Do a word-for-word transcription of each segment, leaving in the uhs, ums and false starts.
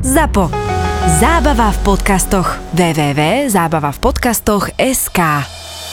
Zapo. Zábava v podcastoch. w w w bodka zábava v podcastoch bodka es ká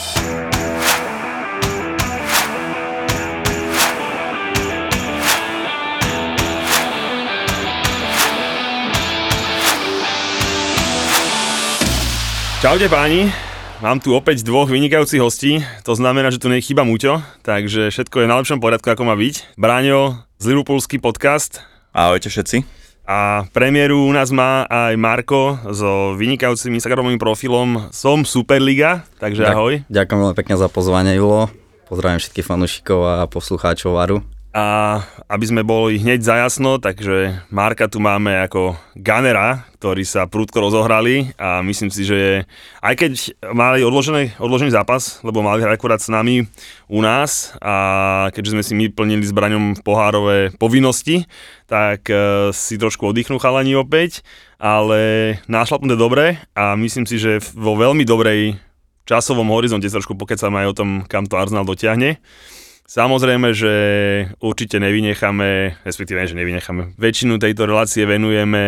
Čaute páni, mám tu opäť dvoch vynikajúcich hostí, to znamená, že tu nechýba Muťo, takže všetko je na lepšom poriadku, ako má byť. Braňo z Liverpoolský podcast. Ahojte všetci. A premiéru u nás má aj Marko so vynikajúcim Instagramovým profilom Som Superliga, takže ahoj. Ďakujem veľmi pekne za pozvanie, Julo. Pozdravím všetkých fanúšikov a poslucháčov Varu. A aby sme boli hneď zajasno, takže Marka tu máme ako gunnera, ktorí sa prudko rozohrali a myslím si, že je, aj keď mali odložený, odložený zápas, lebo mali hrať akurát s nami u nás a keďže sme si my plnili s Braňom pohárové povinnosti, tak uh, si trošku oddychnú chalani opäť, ale nášlapnuté dobre a myslím si, že vo veľmi dobrej časovom horizonte trošku pokecáme aj o tom, kam to Arsenal dotiahne. Samozrejme, že určite nevynecháme, respektíve, že nevynecháme, väčšinu tejto relácie venujeme,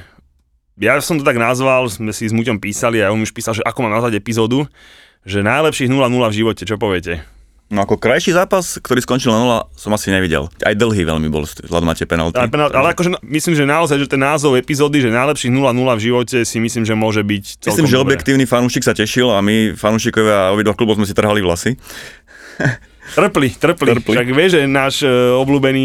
ja som to tak nazval, sme si s Muťom písali a on už písal, že ako mám nazvať epizódu, že najlepších nula nula v živote, čo poviete? No ako krajší zápas, ktorý skončil na nula, som asi nevidel. Aj dlhý veľmi bol, vzhľadom na tie penalty. Ale, penalty, ale akože myslím, že naozaj, že ten názov epizódy, že najlepších nula nula v živote si myslím, že môže byť celkom Myslím, že dobré. objektívny fanúšik sa tešil a my fanúšikovia obidvoch klubov sme si trhali vlasy. Trpli, trpli, trpli. Však vieš, že náš uh, obľúbený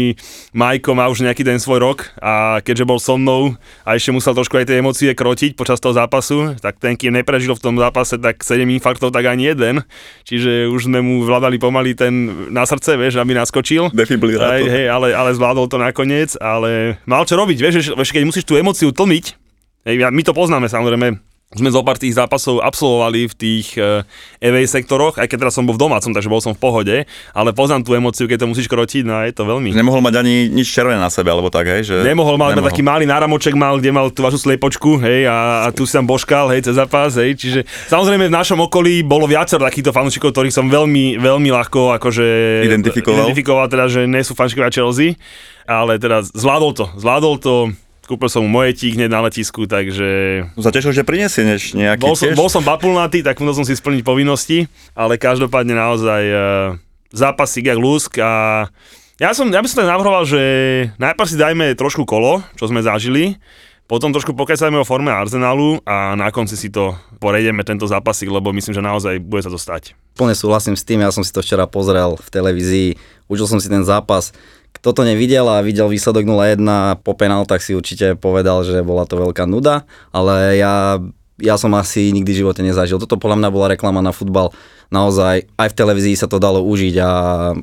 Majko má už nejaký ten svoj rok a keďže bol so mnou a ešte musel trošku aj tie emócie krotiť počas toho zápasu, tak ten, kým neprežil v tom zápase tak sedem infarktov, tak ani jeden. Čiže už sme mu vládali pomaly ten na srdce, vieš, aby naskočil. Defibrilátor. Hej, ale, ale zvládol to nakoniec, ale mal čo robiť, vieš, vieš keď musíš tú emóciu tlmiť, hej, my to poznáme samozrejme. Sme zo pár tých zápasov absolvovali v tých uh, away sektoroch, aj keď teraz som bol v domácom, takže bol som v pohode, ale poznám tú emóciu, keď to musíš krotiť, no a je to veľmi. Nemohol mať ani nič červené na sebe, alebo tak, hej? Že... Nemohol, mal Nemohol. taký malý náramoček mal, kde mal tú vašu sliepočku, hej, a, a tu si tam božkal, hej, cez zápas, hej, čiže samozrejme v našom okolí bolo viacero takýchto fanúšikov, ktorých som veľmi, veľmi ľahko akože identifikoval, identifikoval teda, že nie sú fanúšikovia Chelsea, ale teda zvládol to, zvládol to. Kúpil som mu mojetík hneď na letisku, takže... Zatešil, že prinesieš nejaký bol som, tiež? Bol som bapulnatý, tak musel som si splniť povinnosti, ale každopádne naozaj uh, zápasík jak lúsk a ja, som, ja by som tak navrhoval, že najprv si dajme trošku kolo, čo sme zažili, potom trošku pokecajme o forme Arsenalu a na konci si to porejdeme tento zápasík, lebo myslím, že naozaj bude sa to stať. Plne súhlasím s tým, ja som si to včera pozrel v televízii, užil som si ten zápas. Kto to nevidel a videl výsledok nula jedna po penáltach, si určite povedal, že bola to veľká nuda, ale ja, ja som asi nikdy v živote nezažil. Toto podľa mňa bola reklama na futbal. Naozaj aj v televízii sa to dalo užiť a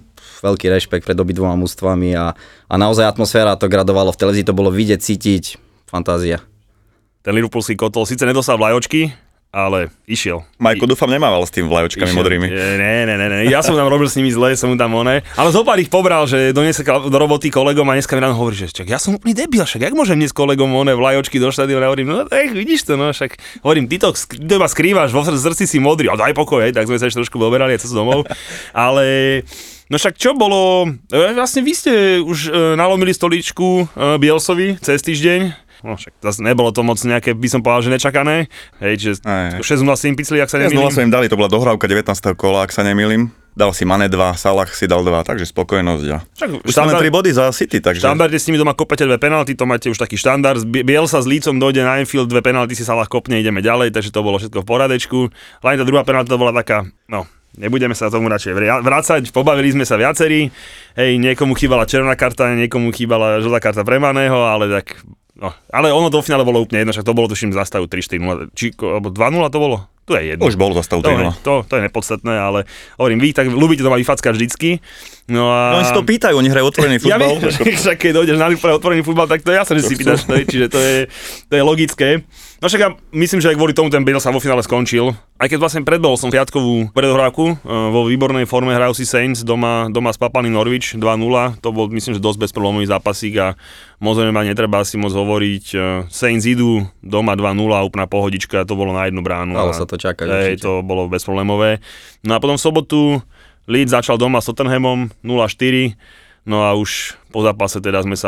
veľký rešpekt pred obidvoma mužstvami a, a naozaj atmosféra to gradovalo. V televízii to bolo vidieť, cítiť, fantázia. Ten Liverpoolský kotol síce nedostal vlajočky, ale išiel. Majko, dúfam, nemával s tým vlajočkami išiel. Modrými. Ne, ne, ne, ne, ja som tam robil s nimi zle, som mu tam oné, ale zopár ich pobral, že doniesol do roboty kolegom a dneska mi ráno hovorí, že čak, ja som úplný debil, však jak môžem dnes kolegom oné vlajočky do štadióna, hovorím, no tak vidíš to, no však, hovorím, ty to iba skrývaš, vo srdci si modrý, a daj pokoj, hej, tak sme sa ešte trošku doberali aj cez domov, ale... No však čo bolo, vlastne vy ste už nalomili stoličku Bielsovi cez týždeň. No však zase nebolo to moc nejaké, by som povedal, že nečakané. Hej, že šesť nula si im picli, ak sa nemýlim. šesť nula sa im dali, to bola dohrávka devätnásteho kola, ak sa nemýlim. Dal si Mane dva, Salah si dal dva, takže spokojnosť. Ja. Však už štandard, máme tri body za City, takže... Štandardne s nimi doma kopete dve penalty, to máte už taký štandard. Bielsa s Lícom dojde na Anfield, dve penalty si Salah kopne, ideme ďalej, takže to bolo všetko v poradečku. Len tá druhá penalta to bola taká, no... Nebudeme sa tomu radšej vrácať, pobavili sme sa viacerí, hej, niekomu chýbala červená karta, niekomu chýbala žltá karta pre Maného, ale tak, no, ale ono do finále bolo úplne jedno, však to bolo tuším za stavu tri štyri nula, či, alebo dva nula to bolo? To je jedno. Už bolo za stavu tri nula. To, to, to je nepodstatné, ale hovorím, vy tak ľúbite to ma vyfackať vždycky. No a... No oni si to pýtajú, oni hrajú otvorený futbal. Ja viem, však keď dojdeš na otvorený futbal, tak to je jasné, že si pýtaš, to je, čiže to je, to je logické. No však ja myslím, že aj kvôli tomu ten Bale sa vo finále skončil. Aj keď vlastne predbehol som piatkovú predohrávku, vo výbornej forme hrajú si Saints doma, doma s Papaný Norwich dva nula. To bol myslím, že dosť bezproblémový zápasík a možno ma netreba si moc hovoriť. Saints idú doma dva nula, úplná pohodička, to bolo na jednu bránu. Dalo sa to čakať. Hej, to bolo bezproblémové. No a potom v sobotu Leeds začal doma s Tottenhamom nula štyri. No a už po zápase teda sme sa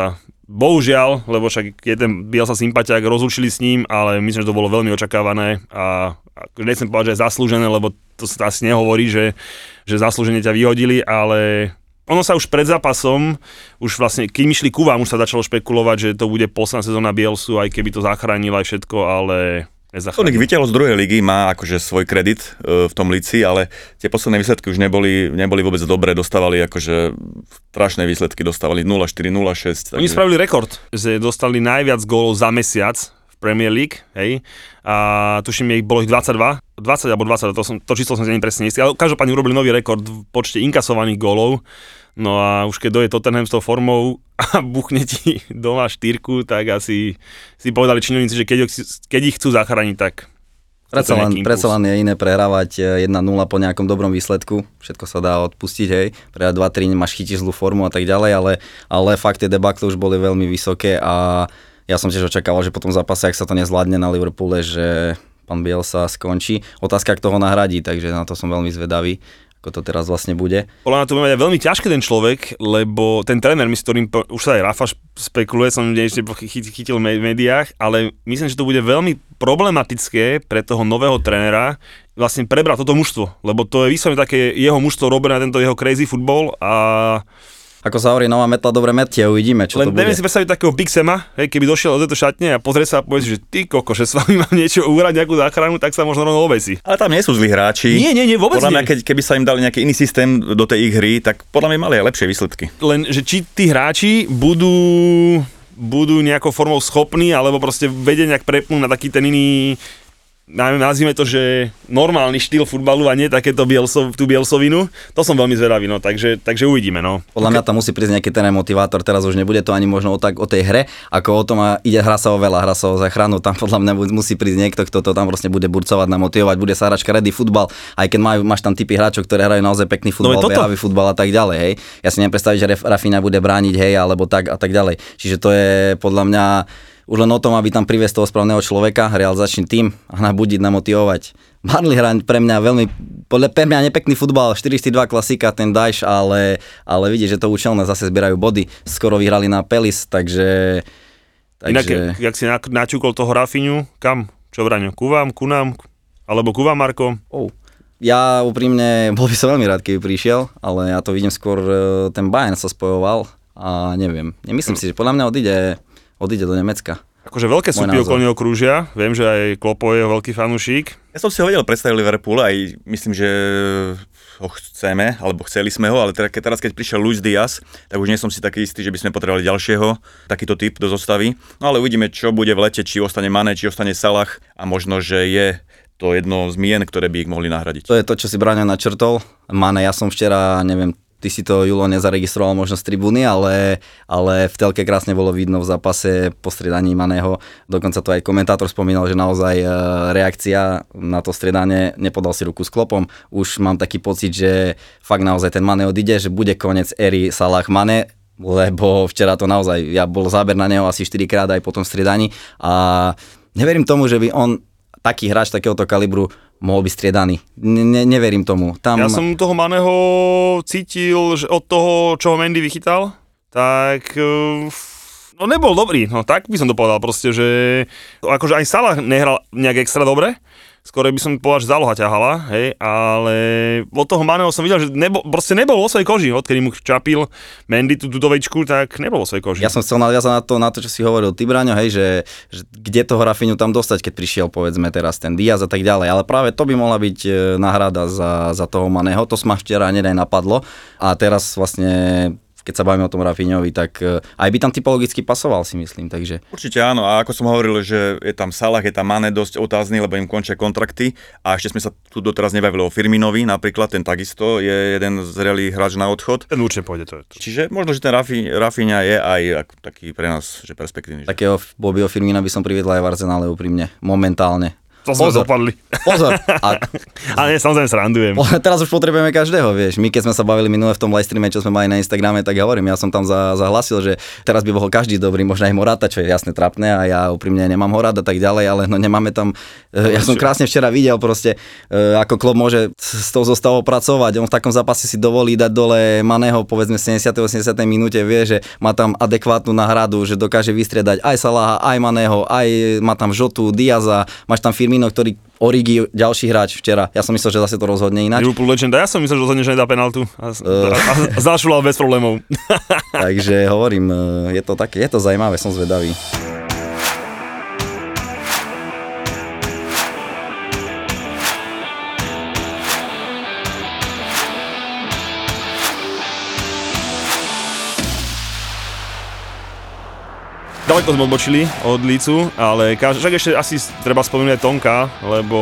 bohužiaľ, lebo však je ten Bielsa sympatiák, rozlúčili s ním, ale myslím, že to bolo veľmi očakávané a, a nechcem povedať, že je zaslúžené, lebo to sa asi nehovorí, že, že zaslúžene ťa vyhodili, ale ono sa už pred zápasom, už vlastne, keď išli ku vám, už sa začalo špekulovať, že to bude posledná sezóna Bielsu, aj keby to zachránilo aj všetko, ale Tonik Vytiahol z druhej ligy, má akože svoj kredit e, v tom Líci, ale tie posledné výsledky už neboli, neboli vôbec dobré, dostávali akože strašné výsledky, dostávali nula štyri, nula šesť. Oni takže spravili rekord, že dostali najviac gólov za mesiac v Premier League, hej, a tuším, ich bolo ich dvadsaťdva, dvadsať alebo dvadsať, to, som, to číslo som si presne istý, ale každopádne urobili nový rekord v počte inkasovaných gólov. No a už keď dojde Tottenham s tou formou a buchne ti doma štyrku, tak asi si povedali činovníci, že keď, keď ich chcú zachrániť, tak predsa len, predsa len je iné prehrávať jedna nula po nejakom dobrom výsledku, všetko sa dá odpustiť, hej, prehrať dva tri, máš chytíš zlú formu a tak ďalej, ale, ale fakt tie debakle už boli veľmi vysoké a ja som tiež očakával, že po tom zápase, ak sa to nezvládne na Liverpoole, že pán Bielsa skončí. Otázka, kto ho nahradí, takže na to som veľmi zvedavý, ako to teraz vlastne bude. Podľa mňa to bude mať veľmi ťažký ten človek, lebo ten tréner, my s ktorým už sa aj Rafa spekuluje, som ešte chytil v médiách, ale myslím, že to bude veľmi problematické pre toho nového trénera vlastne prebrať toto mužstvo, lebo to je vyslovene také jeho mužstvo robené na tento jeho crazy futbol a ako sa hovorí, nová metla dobre metie, uvidíme, čo len to bude. Len neviem si predstaviť takého Big Sema, hej, keby došiel od tejto šatne a pozrie sa a povie si, že ty koko, že s vami mám niečo uhrať, nejakú záchranu, tak sa možno rovno obesí. Ale tam nie sú zlí hráči. Nie, nie, nie, vôbec podľa mňa, nie. Keď, keby sa im dali nejaký iný systém do tej ich hry, tak podľa mňa mali aj lepšie výsledky. Len, že či tí hráči budú, budú nejakou formou schopní, alebo proste vedia nejak prepnúť na taký ten iný, nazvime to, že normálny štýl futbalu a nie takéto bielso, tú bielsovinu. To som veľmi zvedavý, no, takže, takže uvidíme, no. Podľa mňa tam musí prísť nejaký ten motivátor, teraz už nebude to ani možno o, tak, o tej hre, ako o tom, a ide hra sa o veľa, hra sa o záchranu, tam podľa mňa musí prísť niekto, kto to tam vlastne bude burcovať, namotivovať, bude sa hrať škaredý futbal, aj keď majú, máš tam typy hráčov, ktoré hrajú naozaj pekný futbal, no, behavý futbal a tak ďalej, hej. Ja si neviem predstaviť, že Rafinha bude brániť, hej, alebo tak a tak ďalej. Čiže to je podľa mňa už len o tom, aby tam priviesť toho správneho človeka, realizačný tím a nabudiť, namotivovať. Burnley hrá pre mňa veľmi, podľa pre mňa nepekný futbal, štyri štyri dva klasika, ten Daesh, ale, ale vidíš, že to účelné, zase zbierajú body. Skoro vyhrali na Pelis, takže... takže... Inak, jak si načúkol toho Rafinhu, kam? Čo Braňo? Ku vám, ku nám? Alebo ku vám, Marko? Oh. Ja úprimne, bol by som veľmi rád, keby prišiel, ale ja to vidím skôr, ten Bayern sa spojoval a neviem. Nemyslím si, že podľa mňa odíde... odíde do Nemecka. Akože veľké súpy okolo neho krúžia, viem, že aj Kloppo je veľký fanúšik. Ja som si ho vedel predstaviť Liverpool, aj myslím, že ho chceme, alebo chceli sme ho, ale teraz keď prišiel Luis Diaz, tak už nie som si taký istý, že by sme potrebovali ďalšieho, takýto typ do zostavy. No ale uvidíme, čo bude v lete, či ostane Mane, či ostane Salah a možno, že je to jedno z mien, ktoré by ich mohli nahradiť. To je to, čo si Braňo načrtol. Mane, ja som včera, neviem, ty si to, Julo, nezaregistroval možno z tribúny, ale, ale v telke krásne bolo vidno v zápase po striedaní Maného. Dokonca to aj komentátor spomínal, že naozaj reakcia na to striedanie, nepodal si ruku s Klopom. Už mám taký pocit, že fakt naozaj ten Mane odíde, že bude koniec éry Salah Mane, lebo včera to naozaj, ja bol záber na neho asi štyri krát aj po tom striedaní a neverím tomu, že by on, taký hráč takéhoto kalibru, mohol byť striedaný. Ne, neverím tomu. Tam... Ja som toho Maného cítil, že od toho, čo ho Mendy vychytal, tak no nebol dobrý, no tak by som to povedal proste, že akože aj Salah nehral nejak extra dobre, skoro by som povedal, že záloha ťahala, hej, ale od toho Maného som videl, že nebol, proste nebol vo svojej koži, odkedy mu čapil Mendy tú dudovečku, tak nebol vo svojej koži. Ja som chcel nadviazať na to, na to, čo si hovoril ty, Braňo, hej, že, že kde toho Rafinhu tam dostať, keď prišiel, povedzme teraz ten Diaz a tak ďalej, ale práve to by mohla byť náhrada za, za toho Maného, to ma včera nedaj napadlo a teraz vlastne keď sa bavíme o tom Rafinhovi, tak aj by tam typologicky pasoval, si myslím, takže... Určite áno, a ako som hovoril, že je tam Salah, je tam Mane dosť otázny, lebo im končia kontrakty a ešte sme sa tu doteraz nebavili o Firminovi, napríklad ten takisto je jeden zrelý hráč na odchod. Ten určite pôjde, to je to. Čiže možno, že ten Rafi, Rafinha je aj taký pre nás, že perspektívny. Takého Bobbyho Firmina by som priviedla aj v Arsenále úprimne, momentálne. To sme Pozor. dopadli. Pozor. A, Ale nie, samozrejme srandujem. teraz už potrebujeme každého, vieš. My keď sme sa bavili minule v tom live streame, čo sme mali na Instagrame, tak ja hovorím, ja som tam za, zahlasil, že teraz by bol každý dobrý, možno aj Morata, čo je jasne trapné a ja úprimne nemám ho rád a tak ďalej, ale no nemáme tam, ja som krásne včera videl proste, ako Klopp môže s tou zostavou pracovať. On v takom zápase si dovolí dať dole Maného, povedzme v sedemdesiatej osemdesiatej minúte, vie, že má tam adekvátnu náhradu, že dokáže vystriedať aj Salaha, aj Maného, aj má tam Žotu, Diaza, máš tam Firmino, ktorý Origi, ďalší hráč včera. Ja som myslel, že zase to rozhodne ináč. Liverpool legenda, ja som myslel, že rozhodne, že nedá penaltu. A, uh. a, a zašulal bez problémov. Takže hovorím, je to také, je to zaujímavé, som zvedavý. Ďaleko sme odbočili od Leedsu, ale však ešte asi treba spomínať Tonka, lebo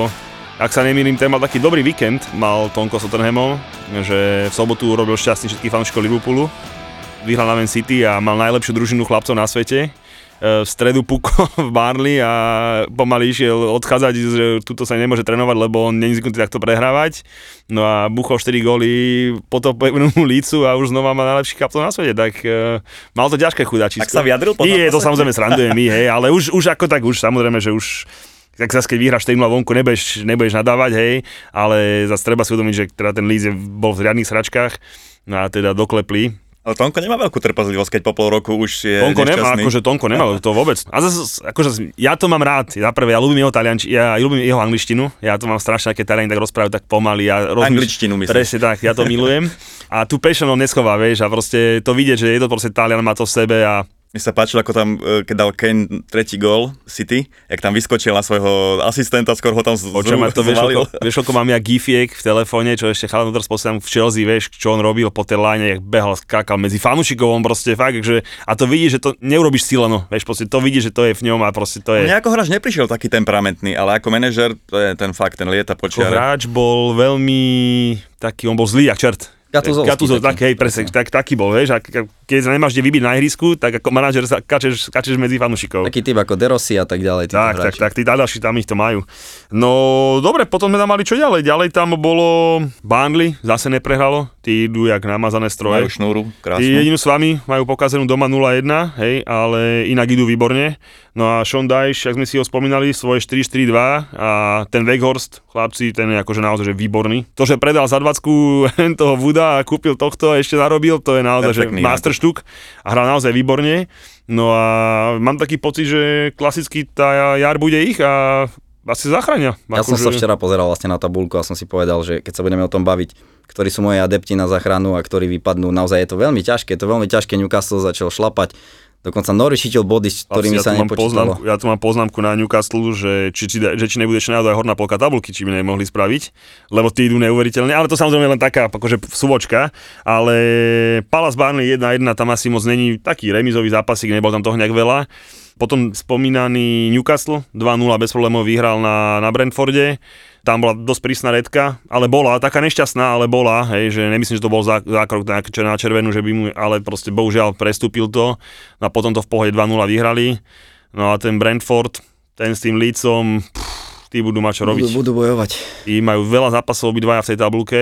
ak sa nemýlim, ten mal taký dobrý víkend, mal Tonko s Tottenhamom, že v sobotu urobil šťastný všetkých fanúšikov Liverpoolu, vyhral na Man City a mal najlepšiu družinu chlapcov na svete. V stredu pukol v Burnley a pomaly išiel odchádzať, že tuto sa nemôže trénovať, lebo on není zvyknutý takto prehrávať. No a buchol štyri góly po topovému Leedsu a už znova má najlepší kapitán na svete, tak uh, mal to ťažké chudáčisko. Tak sa vyjadril po Nie, to samozrejme srandujem my, hej, ale už, už ako tak, už samozrejme, že už tak zase keď vyhráš štyri nula vonku, nebudeš, nebudeš nadávať, hej, ale zase treba si uvedomiť, že teda ten Leeds bol v riadnych sračkách, no a teda doklepli. Ale Tonko nemá veľkú trpezlivosť, keď po pol roku už je Tonko nešťastný. nemá, akože Tonko nemá, to vôbec. A zase, akože ja to mám rád, za prvé, ja ľúbim jeho talianči, ja ľúbim jeho angličtinu, ja to mám strašne, keď Taliani tak rozprávajú tak pomaly. Ja rozmýš... Angličtinu myslíš. Presne tak, ja to milujem. A tu passion on neschová, vieš, a proste to vidieť, že je to proste Talian, má to v sebe a Mne sa páčilo, ako tam, keď dal Kane tretí gól City, jak tam vyskočil na svojho asistenta, skoro ho tam z- Očama to vieš, ako, vieš, ako mám ja gifiek v telefóne, čo ešte chalán teraz posledám v Chelsea, vieš, čo on robil po tej line, jak behal, skákal medzi fanúšikov, on proste fakt, že, a to vidíš, že to neurobiš sileno, vieš, proste to vidíš, že to je v ňom a proste to je. Mne ako hráč neprišiel taký temperamentný, ale ako manažer, to je ten fakt, ten lieta Ako počiare. hráč bol veľmi taký, on bol zlý, jak čert. Gatuzovský Gatuzov, taký. tak, hej, presne, tak, taký bol, vieš, a keď sa nemáš kde vybiť na ihrisku, tak ako manažer sa kačeš, kačeš medzi fanúšikov. Taký typ ako De Rossi a tak ďalej. Tak, tak, tak, tí ďalší tam ich to majú. No, dobre, potom sme tam mali čo ďalej. Ďalej tam bolo Burnley, zase neprehralo. Tí idú jak namazané stroje. Majú šnúru, Tí krásnu. jedinú s vami majú pokazenú doma nula jedna, hej, ale inak idú výborne. No a Sean Dyche, jak sme si ho spomínali, svoje štyri štyri dva a ten Weghorst, chlapci, ten je akože naozaj že výborný. To, že predal za dvacku toho Wooda a kúpil tohto a ešte narobil, to je naozaj že Perfektný, masterštuk a hral naozaj výborne. No a mám taký pocit, že klasicky tá jar bude ich a asi zachránia. Ja som sa včera pozeral vlastne na tabulku a som si povedal, že keď sa budeme o tom baviť, ktorí sú moje adepti na záchranu a ktorí vypadnú, naozaj je to veľmi ťažké, je to veľmi ťažké, Newcastle začal šlapať. Dokonca Norwich chytil body, s ktorými ja sa nepočítalo. Poznámku, ja tu mám poznámku na Newcastle, že či, či, že či nebude ešte náhodou aj horná polka tabulky, či by nemohli spraviť, lebo tí idú neuveriteľne, ale to samozrejme len taká akože súvočka, ale Palace Burnley jedna jedna, tam asi moc není taký remizový zápasík, nebol tam toho nejak veľa. Potom spomínaný Newcastle, dva nula bez problémov vyhral na, na Brentforde. Tam bola dosť prísna redka, ale bola, taká nešťastná, ale bola, hej, že nemyslím, že to bol zá, zákrok na, na červenú, že by mu, ale proste bohužiaľ prestúpil to. No a potom to v pohode dva nula vyhrali. No a ten Brentford, ten s tým Leedsom, pff, tí budú mať čo robiť. Budú, budú bojovať. Tí majú veľa zápasov obidvaja v tej tabulke.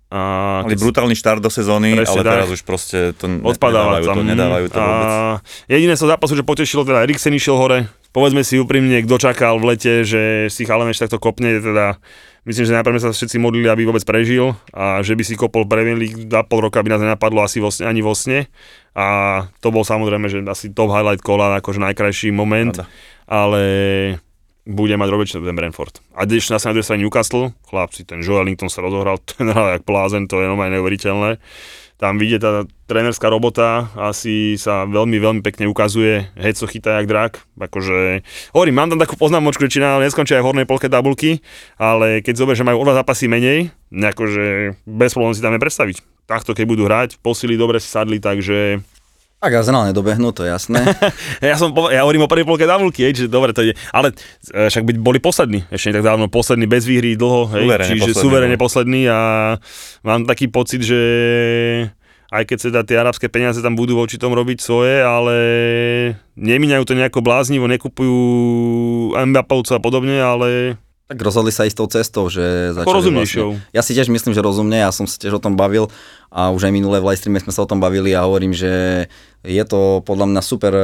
A Mali brutálny štart do sezóny, Presne ale tak. teraz už proste to ne- odpadáva nedávajú tam. to, nedávajú to vôbec. A jediné sa zápasu, že potešilo, teda Eriksen išiel hore. Povedzme si úprimne, kto čakal v lete, že si Chalaneš takto kopne, teda myslím, že najprv sa všetci modlili, aby vôbec prežil a že by si kopol Premier League za pol roka by nás nenapadlo asi vo sne, ani vo sne. A to bol samozrejme, že asi top highlight kola, akože najkrajší moment, Rada. ale bude mať robiť ten Brentford. A když na sa na druhej strane Newcastle, chlapci, ten Joe Ellington sa rozohral, ten hral jak blázen, to je normálne neuveriteľné. Tam vidie tá trénerská robota, asi sa veľmi, veľmi pekne ukazuje, Heco chytá jak drak, akože, hovorím, mám tam takú poznámočku, či na neskončia aj v hornej polke tabulky, ale keď zoberieš, že majú o dva zápasy menej, akože bez problémov si tam predstaviť. Takto keď budú hrať, posily dobre si sadli, takže Tak Arsenal nedobehnú, to je jasné. ja som pova- ja hovorím o prvej polke tabulky, hej, že dobre to ide, ale e, však by boli poslední, ešte nie tak dávno, poslední bez výhry dlho, hej, Suverene čiže poslední, suverene no. poslední a mám taký pocit, že aj keď teda tie arabské peniaze tam budú voči tomu robiť svoje, ale nemíňajú to nejako bláznivo, nekupujú Mbappovcov a podobne, ale... Tak rozhodli sa ísť tou cestou, že začali rozumnejšou. Vlastne. Ja si tiež myslím, že rozumne, ja som sa tiež o tom bavil a už aj minulé v livestreame sme sa o tom bavili a hovorím, že je to podľa mňa super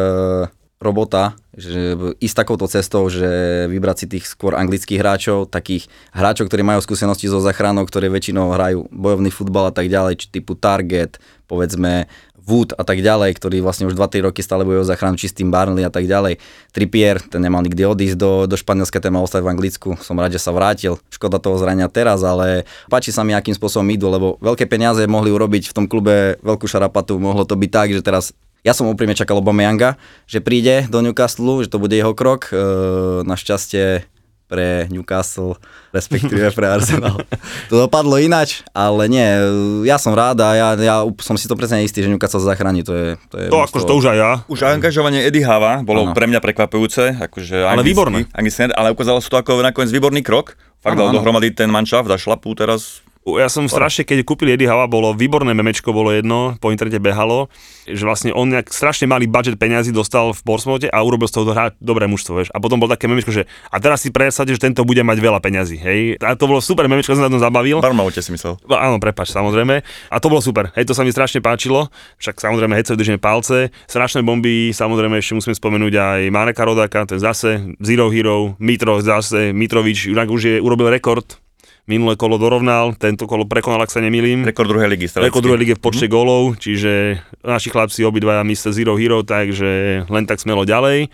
robota, že ísť takouto cestou, že vybrať si tých skôr anglických hráčov, takých hráčov, ktorí majú skúsenosti so záchranou, ktorí väčšinou hrajú bojovný futbal a tak ďalej, či typu Target, povedzme Wood a tak ďalej, ktorí vlastne už dva tri roky stále bojujú za záchranu, či s tým Burnley a tak ďalej. Trippier, ten nemal nikdy odísť do, do Španielska, ten mal ostať v Anglicku. Som rád, že sa vrátil. Škoda toho zrania teraz, ale páči sa mi, akým spôsobom idú, lebo veľké peniaze mohli urobiť v tom klube veľkú šarapatu. Mohlo to byť tak, že teraz ja som úprimne čakal Aubameyanga, že príde do Newcastle, že to bude jeho krok. E, našťastie pre Newcastle, respektíve pre Arsenal. To dopadlo ináč, ale nie, ja som rád a ja, ja som si to presne istý, že Newcastle zachráni, to je... To, je to akože to už aj ja. Už angažovanie Eddie Howa bolo ano. Pre mňa prekvapujúce, akože ale anglicky, výborné. Anglicky, ale ukázalo sa to ako nakoniec výborný krok. Fakt ano, dal ano. dohromady ten manšaft, dá šlapu teraz... Ja som strašne, keď kúpili Eddie Howa, bolo výborné memečko, bolo jedno, po internete behalo, že vlastne on nejak strašne malý budget peňazí dostal v Portsmouthe a urobil z toho hrať dobré mužstvo, vieš. A potom bol také memečko, že a teraz si presadíš, že tento bude mať veľa peňazí, hej. A to bolo super memečko, som sa na tom zabavil. Barmoute si myslel. Áno, prepáč, samozrejme. A to bolo super, hej, to sa mi strašne páčilo. Však samozrejme, hej, držíme palce. Strašné bomby, samozrejme ešte musíme spomenúť aj Mareka Rodáka, ten zase Zero Hero, Mitro zase, Mitrovič, už je urobil rekord. Minulé kolo dorovnal, tento kolo prekonal, ak sa nemýlim. Rekord druhej ligy. Rekord druhej ligy v počte mm-hmm. gólov, čiže naši chlapci obidvaja mister Zero Hero, takže len tak smelo ďalej.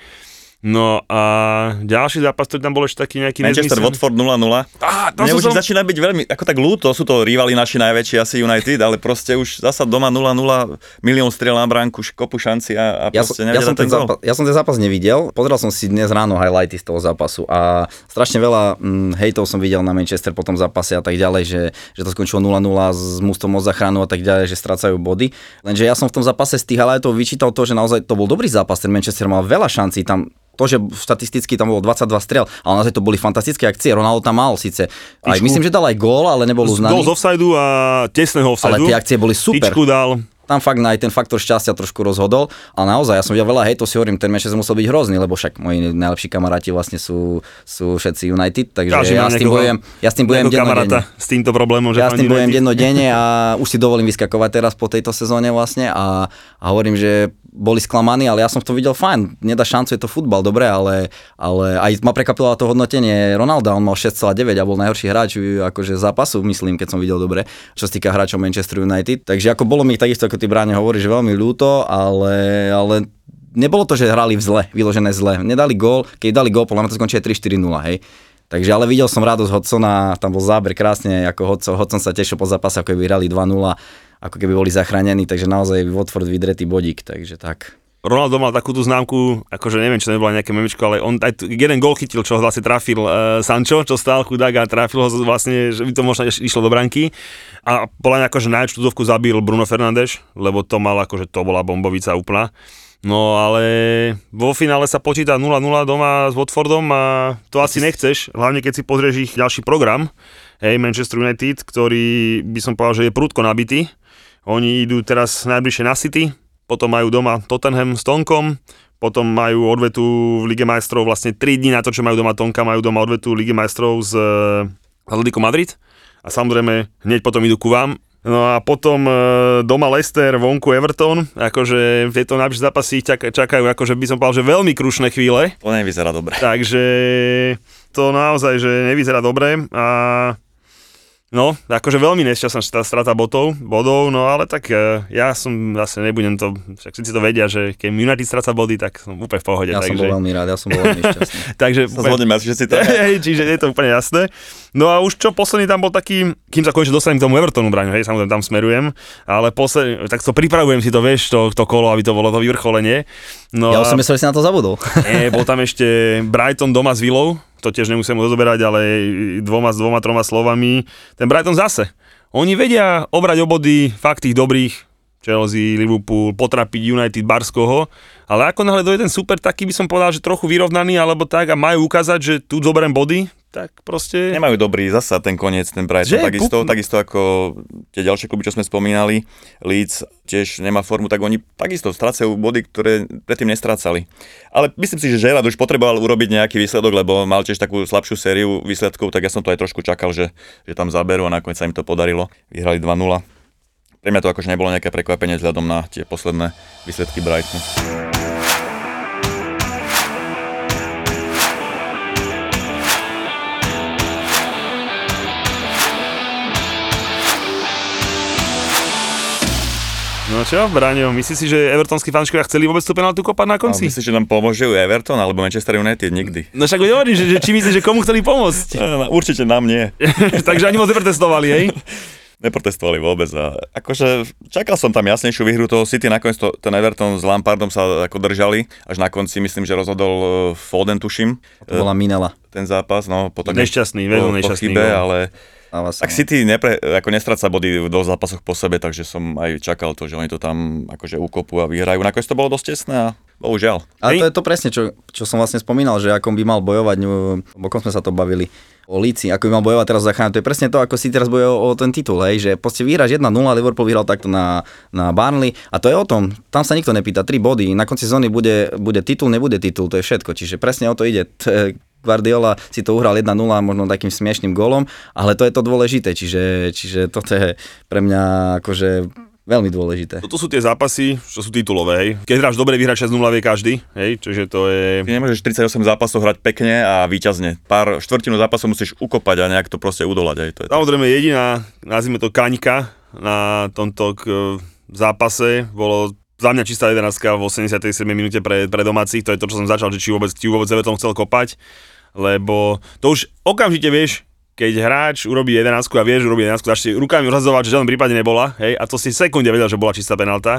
No a ďalší zápas, ktorý tam bol ešte taký nejaký Manchester nezmysel. Watford nula nula. Á, to Mne už som... začína byť veľmi, ako tak ľúto, sú to rivali naši najväčší asi United, ale proste už zasa doma nula nula, milión striel na bránku, kopu šanci a, a ja proste som, nevedel ja som ten, ten zápas, ja som ten zápas nevidel, pozrel som si dnes ráno highlighty z toho zápasu a strašne veľa hm, hejtov som videl na Manchester po tom zápase a tak ďalej, že, že to skončilo nula nula s mústvom od záchranu a tak ďalej, že strácajú body. Lenže ja som v tom zápase z tých highlightov vyčítal to, že naozaj to bol dobrý zápas, ten Manchester mal veľa šancí tam. To, že štatisticky tam bolo dvadsaťdva striel, ale naozaj to boli fantastické akcie. Ronaldo tam mal síce, aj myslím, že dal aj gól, ale nebol uznaný. Gól z offsideu a tesného offsideu. Ale tie akcie boli super. Tyčku dal. Tam fakt aj ten faktor šťastia trošku rozhodol, ale naozaj, ja som videl veľa hejtov, si hovorím, ten Manchester musel byť hrozný, lebo však moji najlepší kamaráti vlastne sú, sú všetci United, takže Každý ja s, tým bojujem, ja s tým bojujem dennodenne. S týmto problémom, že ja s tým bojujem dennodenne a už si dovolím vyskakovať teraz po tejto sezóne vlastne a, a hovorím, že boli sklamaní, ale ja som v tom videl fajn, nedá šancu, je to futbal, dobre, ale, ale aj ma prekvapilo to hodnotenie Ronalda, on mal šesť celá deväť a bol najhorší hráč akože zápasu, myslím, keď som videl dobre, čo sa týka hráčov Manchester United, takže ako bolo mi takisto, ako ty Bráňo hovoríš, veľmi ľúto, ale, ale nebolo to, že hrali v zle, vyložené zle, nedali gól, keď dali gól, podľa mňa to skončí aj tri štyri nula, hej. Takže ale videl som radosť Hodsona, tam bol záber krásne, ako Hodson, Hodson sa tešil po zápase, ako keby hrali dva nula, ako keby boli zachránení, takže naozaj Watford vydretý bodík, takže tak. Ronaldo mal takúto známku, akože neviem, či to nebola nejaké memičko, ale on aj jeden gól chytil, čo ho vlastne trafil uh, Sancho, čo stál chudák a trafil ho vlastne, že by to možno išlo do branky. A podľa mňa akože najväčšiu túzovku zabil Bruno Fernandes, lebo to mal akože to bola bombovica úplná. No ale vo finále sa počíta nula nula doma s Watfordom a to asi nechceš, hlavne keď si pozrieš ich ďalší program, hej, Manchester United, ktorý by som povedal, že je prudko nabitý. Oni idú teraz najbližšie na City, potom majú doma Tottenham s Tonkom, potom majú odvetu v Lige majstrov, vlastne tri dni na to, čo majú doma Tonka, majú doma odvetu Lige majstrov s Atletico Madrid a samozrejme hneď potom idú ku vám. No a potom e, doma Leicester, vonku Everton, akože tieto najbližšie zápasy čak, čakajú, akože by som povedal, že veľmi krušné chvíle. To nevyzerá dobre. Takže to naozaj, že nevyzerá dobre a no, akože veľmi nešťastná strata bodov, bodov, no ale tak uh, ja som zase nebudem to, však všetci to vedia, že keď United stráca body, tak som úplne v pohode. Ja takže... som bol veľmi rád, ja som bol veľmi šťastný. takže sa zhodneme asi všetci to. Čiže je to úplne jasné. No a už čo posledný tam bol taký, kým sa konečne dostanem k tomu Evertonu, Braňo, hej, samozrejme tam smerujem, ale posledný, tak to pripravujem si to, vieš, to, to kolo, aby to bolo to vyvrcholenie. No ja a... som myslel, že si na to zabudol. Nie, bol tam ešte Brighton doma s Villou, to tiež nemusím rozoberať, ale dvoma s dvoma, troma slovami. Ten Brighton zase. Oni vedia obrať obody fakt tých dobrých, Chelsea, Liverpool, potrapiť United, Barskoho, ale ako náhle dojde ten super, taký by som povedal, že trochu vyrovnaný, alebo tak a majú ukázať, že tu zoberiem body, tak proste... Nemajú dobrý zasa ten koniec, ten Brighton, takisto, puk... takisto ako tie ďalšie kluby, čo sme spomínali. Leeds tiež nemá formu, tak oni takisto strácajú body, ktoré predtým nestrácali. Ale myslím si, že Gerrard už potreboval urobiť nejaký výsledok, lebo mal tiež takú slabšiu sériu výsledkov, tak ja som to aj trošku čakal, že, že tam zaberú a nakoniec sa im to podarilo. Vyhrali dva nula. Pre mňa to akože nebolo nejaké prekvapenie vzhľadom na tie posledné výsledky Brightonu. No čo, Braňo, myslíš si, že evertonskí fanúšikovia chceli vôbec tú penáltu kopať na konci? No, myslíš, že nám pomôže Everton alebo Manchester United? Nikdy. No však hovorím, že, že či myslíš, že komu chceli pomôcť? No, určite nám nie. Takže ani moc neprotestovali, hej? Neprotestovali vôbec. A akože čakal som tam jasnejšiu výhru toho City, nakoniec to, ten Everton s Lampardom sa ako držali, až na konci myslím, že rozhodol Foden, tuším. To bola Minela. Ten zápas, no potom... Nešťastný, veľmi nešťastný. Po chybe, ale... Sa, tak City nepre, ako nestráca body v dvoch zápasoch po sebe, takže som aj čakal to, že oni to tam akože ukopú a vyhrajú. Nakoniec to bolo dosť tesné a bohužiaľ. Ale to je to presne, čo, čo som vlastne spomínal, že ako by mal bojovať, bokom sme sa to bavili o Leedsi, ako by mal bojovať teraz zachrániť. To je presne to, ako si teraz bojuje o, o ten titul, hej, že proste vyhráš jedna nula, Liverpool vyhral takto na, na Burnley a to je o tom, tam sa nikto nepýta, tri body, na konci sezóny bude, bude titul, nebude titul, to je všetko, čiže presne o to ide. Guardiola si to uhral jedna nula možno takým smiešným gólom, ale to je to dôležité, čiže, čiže toto je pre mňa akože veľmi dôležité. Toto sú tie zápasy, čo sú titulové, hej. Keď hráš dobre, vyhrať šesť nula vie každý, hej, čiže to je... Ty nemôžeš tridsaťosem zápasov hrať pekne a víťazne. Pár štvrtinu zápasov musíš ukopať a nejak to proste udolať, hej. To je Samozrejme jediná, nazvime to kaňka na tomto k, zápase, bolo za mňa čistá jedenástka v osemdesiatej siedmej minúte pre, pre domácich, to je to, čo som začal, že či vôbec, či vôbec Everton chcel kopať, lebo to už okamžite vieš, keď hráč urobí jedenásku a vieš, urobí jedenásku, začne rukami rozhadzovať, že v žiadnom prípade nebola, hej, a to si v sekunde vedel, že bola čistá penálta.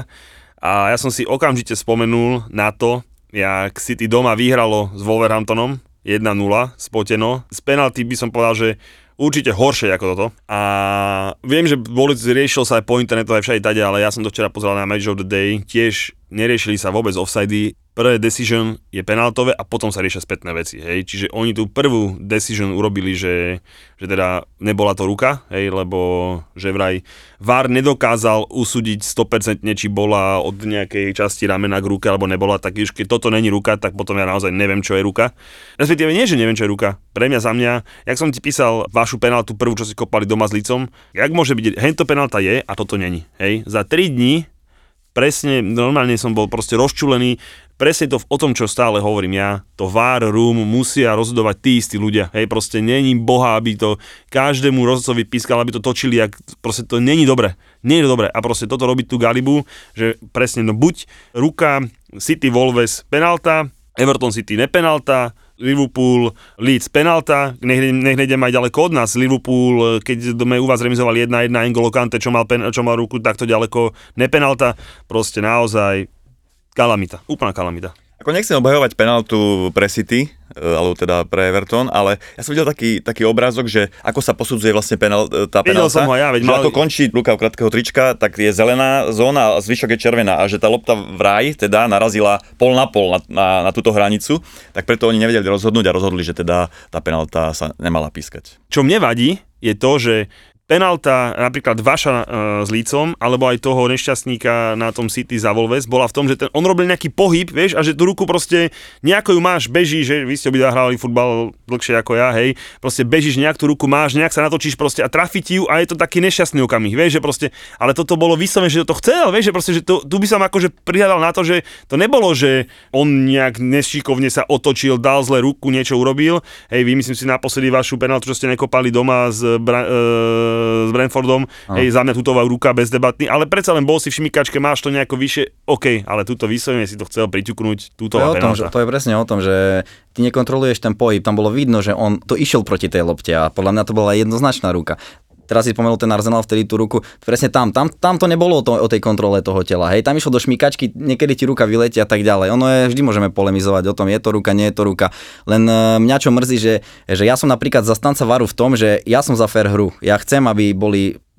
A ja som si okamžite spomenul na to, jak City doma vyhralo s Wolverhamptonom jedna nula, spoteno. Z penalty by som povedal, že určite horšie ako toto. A viem, že boli, riešil sa aj po internetu aj všade tade, ale ja som to včera pozeral na Match of the Day, tiež neriešili sa vôbec offsidy. Prvé decision je penáltové a potom sa riešia spätné veci, hej. Čiže oni tú prvú decision urobili, že, že teda nebola to ruka, hej, lebo že vraj vé á er nedokázal usúdiť sto percent, či bola od nejakej časti ramena k ruke alebo nebola, tak už keď toto není ruka, tak potom ja naozaj neviem, čo je ruka. Respektíve nie, že neviem, čo je ruka. Pre mňa, za mňa, jak som ti písal vašu penáltu prvú, čo si kopali doma s Lícom, jak môže byť, hento penálta je a toto není, hej. Za tri dní presne, normálne som bol proste rozčulený, presne to o tom, čo stále hovorím ja, to vé á er room musia rozhodovať tí istí ľudia, hej, proste není boha, aby to každému rozhodcovi pískal, aby to točili, jak, proste to není dobre, nie je dobre a proste toto robí tú galibu, že presne, no buď ruka, City Wolves penálta, Everton City nepenálta, Liverpool, Leeds penálta, nech, nech nejdem aj ďaleko od nás, Liverpool, keď sme u vás remizovali jedna jedna, N'Golo Kante, čo mal, pen, čo mal ruku takto ďaleko, nepenálta, proste naozaj kalamita, úplná kalamita. Ako nechcem obhajovať penáltu pre City, alebo teda pre Everton, ale ja som videl taký, taký obrázok, že ako sa posudzuje vlastne penál, tá penálta. Videl som ho ja, veď že mal... ako končí ruka krátkeho trička, tak je zelená zóna a zvyšok je červená a že tá lopta vraj teda narazila pol na pol na, na, na túto hranicu, tak preto oni nevedeli rozhodnúť a rozhodli, že teda tá penálta sa nemala pískať. Čo mne vadí, je to, že penálta napríklad vaša e, s Lícom, alebo aj toho nešťastníka na tom City za Wolves, bola v tom, že ten, on robil nejaký pohyb, vieš, a že tú ruku proste nejako ju máš, beží, že vy ste obidva hrali futbal dlhšie ako ja, hej, proste bežíš, nejak tú ruku máš, nejak sa natočíš proste a trafi ti ju a je to taký nešťastný okamih, vieš, že proste, ale toto bolo vyslovene, že to chcel, vieš, že proste, že to, tu by som akože prihľadal na to, že to nebolo, že on nejak nešikovne sa otočil, dal zle ruku, niečo urobil, hej, vy myslím si naposledy vašu penáltu, čo ste nekopali doma z Bra- e- s Brentfordom, Aha. hej, za mňa tutová ruka bezdebatný, ale predsa len bol si v šmikačke, máš to nejako vyššie, OK, ale túto vyslovene si to chcel priťuknúť, tutová penálta. To je presne o tom, že ty nekontroluješ ten pohyb, tam bolo vidno, že on to išiel proti tej lopte a podľa mňa to bola jednoznačná ruka. Teraz si spomenul ten Arsenal, vtedy tú ruku, presne tam, tam, tam to nebolo o, to, o tej kontrole toho tela, hej, tam išlo do šmikačky, niekedy ti ruka vyletia a tak ďalej, ono je, vždy môžeme polemizovať o tom, je to ruka, nie je to ruka, len uh, mňa čo mrzí, že, že ja som napríklad zastanca vé á eru v tom, že ja som za fair hru, ja chcem, aby boli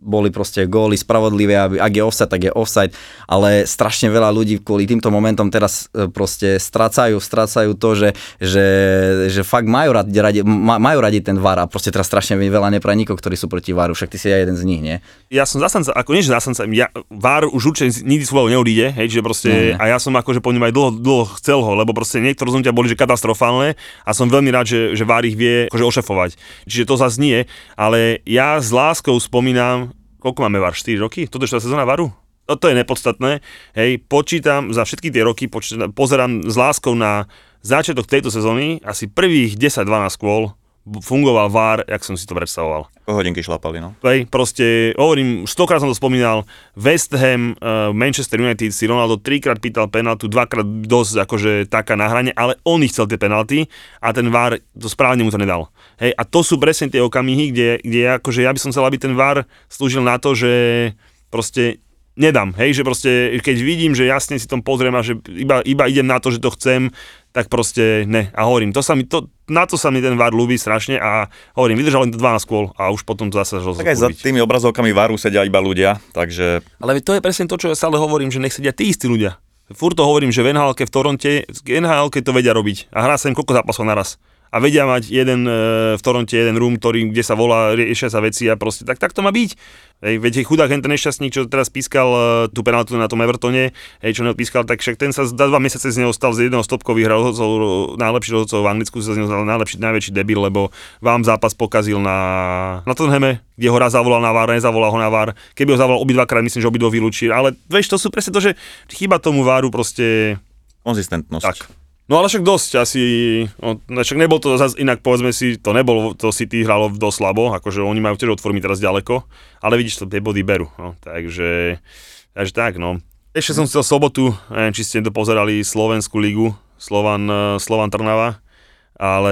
boli proste góly spravodlivé, aby ak je offside, tak je offside, ale strašne veľa ľudí kvôli týmto momentom teraz proste strácajú, strácajú to, že, že, že fakt majú radi, radi, majú radi ten vé á er a proste teraz strašne veľa nepraníkov, ktorí sú proti vé á eru, však ty si aj jeden z nich, nie? Ja som zastanca, ako nie že zastanca, ja, vé á er už určite nikdy svojho neodíde, hej, že proste, no, a ja som akože po ňom aj dlho, dlho chcel ho, lebo proste niektoré rozhodnutia boli že katastrofálne a som veľmi rád, že, že vé á er ich vie akože ošefovať. Čiže to zase nie, ale ja s láskou spomínam, koľko máme vé á er, štyri roky? Toto je tá sezóna vé á eru? Toto je nepodstatné, hej, počítam za všetky tie roky, počítam, pozerám s láskou na začiatok tejto sezóny, asi prvých desať dvanásť kôl fungoval vé á er, jak som si to predstavoval. Hodinky šlapali, no. Hej, proste, hovorím, stokrát som to spomínal, West Ham, uh, Manchester United si Ronaldo trikrát pýtal penaltu, dvakrát dosť akože taká na hrane, ale on ich chcel tie penalty a ten vé á er to správne mu to nedal. Hej, a to sú presne tie okamihy, kde, kde ja, akože ja by som chcel, aby ten vé á er slúžil na to, že proste nedám, hej, že proste, keď vidím, že jasne si tom pozriem a že iba, iba idem na to, že to chcem, tak proste ne. A hovorím, to sa mi, to, na to sa mi ten vé á er ľúbi strašne a hovorím, vydržal len to dvanásť kôl a už potom to zase rozhodol. Tak aj za tými obrazovkami vé á eru sedia iba ľudia, takže... Ale to je presne to, čo ja stále hovorím, že nech sedia tí istí ľudia. Furt to hovorím, že v en há elke v Toronte, v en há elke to vedia robiť a hrá sa im koľko zápasov naraz. A vedia mať jeden v Toronte, jeden room, ktorý, kde sa volá, riešia sa veci a proste tak, tak to má byť. Hej, veď chudák ten nešťastník, čo teraz pískal tú penaltu na tom Evertone, hej, čo neodpískal, tak však ten sa za dva mesiace z neho stal z jedného stopkov, vyhral rozhodcov, najlepší rozhodcov v Anglicku, sa z neho najlepší, najväčší debil, lebo vám zápas pokazil na, na Tottenhame, kde ho raz zavolal na vé á er, nezavolal ho na vé á er, keby ho zavolal obidvakrát, myslím, že obidvo vylúčil, ale vieš, to sú presne to, že chýba tomu vé á eru proste... Konzistentnosť. Tak. No ale však dosť, asi, no, však nebol to zase inak, povedzme si, to nebolo, to City hralo dosť slabo, akože oni majú tiež otvormi teraz ďaleko, ale vidíš, to tie body berú, no, takže, takže tak, no. Ešte som chcel sobotu, neviem, či ste to pozerali, Slovenskú ligu, Slovan, Slovan Trnava, ale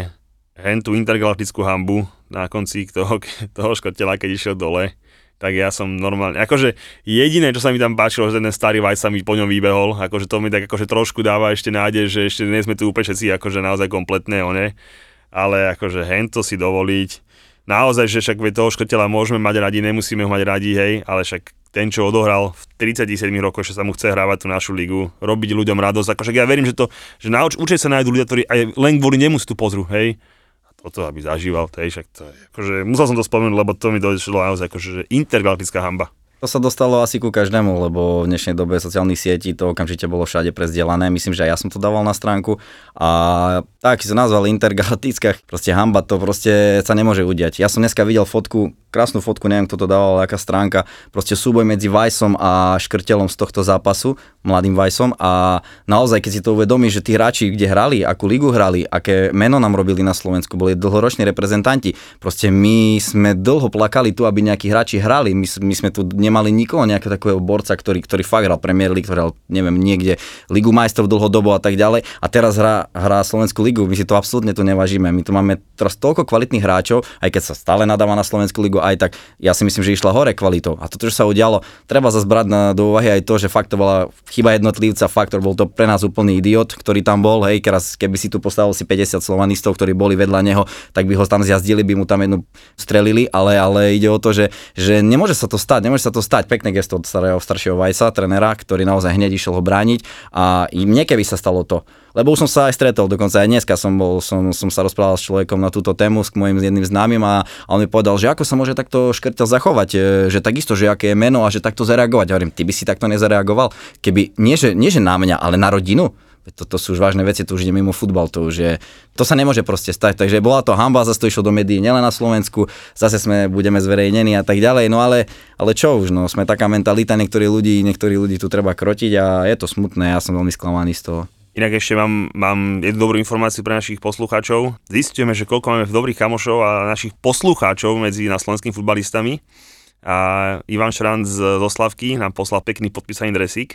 hen tú intergalaktickú hanbu na konci toho, toho škrtela, keď išiel dole, tak ja som normálne, akože jediné, čo sa mi tam páčilo, že ten starý Vajs sa mi po ňom vybehol, akože to mi tak akože trošku dáva ešte nádej, že ešte nie sme tu úplne všetci akože naozaj kompletné, one, ale akože hento si dovoliť, naozaj, že však toho škrtela môžeme mať radi, nemusíme ho mať radi, hej, ale však ten, čo odohral v tridsiatsedem rokoch, že sa mu chce hrávať tú našu ligu, robiť ľuďom radosť, akože ja verím, že to, že nauč, určite sa nájdú ľudia, ktorí aj len kvôli nemu si tu pozrú, hej, toto, aby zažíval, tej, však to je, akože, musel som to spomenúť, lebo to mi došlo naozaj, akože, intergalaktická hanba. To sa dostalo asi ku každému, lebo v dnešnej dobe sociálnych sietí to okamžite bolo všade prezdielané. Myslím, že aj ja som to dával na stránku. A tak sa nazval intergalaktická, proste hanba, to proste sa nemôže udiať. Ja som dneska videl fotku, krásnu fotku, neviem, kto to dával, aká stránka, proste súboj medzi Vajsom a Škrtelom z tohto zápasu, mladým Vajsom, a naozaj, keď si to uvedomíš, že tí hráči, kde hrali, akú ligu hrali, aké meno nám robili na Slovensku, boli dlhoroční reprezentanti. Proste my sme dlho plakali tu, aby nejakí hráči hrali. My, my sme tu nemali nikoho, nejakého takého borca, ktorý, ktorý fakt hral Premier League, ktorý hral, neviem, niekde Ligu majstrov dlhodobo a tak ďalej. A teraz hrá, hrá Slovenskú ligu. My si to absolútne tu nevážime. My tu máme teraz toľko kvalitných hráčov, aj keď sa stále nadáva na Slovenskú ligu, aj tak ja si myslím, že išla hore kvalitou. A toto, čo sa udialo, treba zase brať na, do úvahy aj to, že fakt to bola chyba jednotlivca, faktor, bol to pre nás úplný idiot, ktorý tam bol, hej, teraz keby si tu postavil si päťdesiat slovanistov, ktorí boli vedľa neho, tak by ho tam zjazdili, by mu tam jednu strelili, ale, ale ide o to, že, že nemôže sa to stať, nemôže sa to stať. Pekné gesto od starého staršieho Vajsa, trénera, ktorý naozaj hneď išiel ho brániť a mne keby sa stalo to. Lebo už som sa aj stretol, dokonca aj dneska som bol, som, som sa rozprával s človekom na túto tému, s môjim jedným známym a, a on mi povedal, že ako sa môže takto Škrtel zachovať, že takisto, že aké je meno a že takto zareagovať. Ja hovorím, ty by si takto nezareagoval, keby nie že, nie, že na mňa, ale na rodinu. Toto sú už vážne veci, to už ide mimo futbal, to už je, to sa nemôže proste stať, takže bola to hanba, zase to išlo do médií nielen na Slovensku, zase sme budeme zverejnení a tak ďalej, no ale, ale čo už, no sme taká mentalita, niektorí ľudí, niektorí ľudí tu treba krotiť a je to smutné, ja som veľmi sklamaný z toho. Inak ešte mám, mám jednu dobrú informáciu pre našich poslucháčov. Zistujeme, že koľko máme dobrých kamošov a našich poslucháčov medzi na slovenskými futbalistami. A Ivan Šranc zo Slavky nám poslal pekný podpísaný dresík.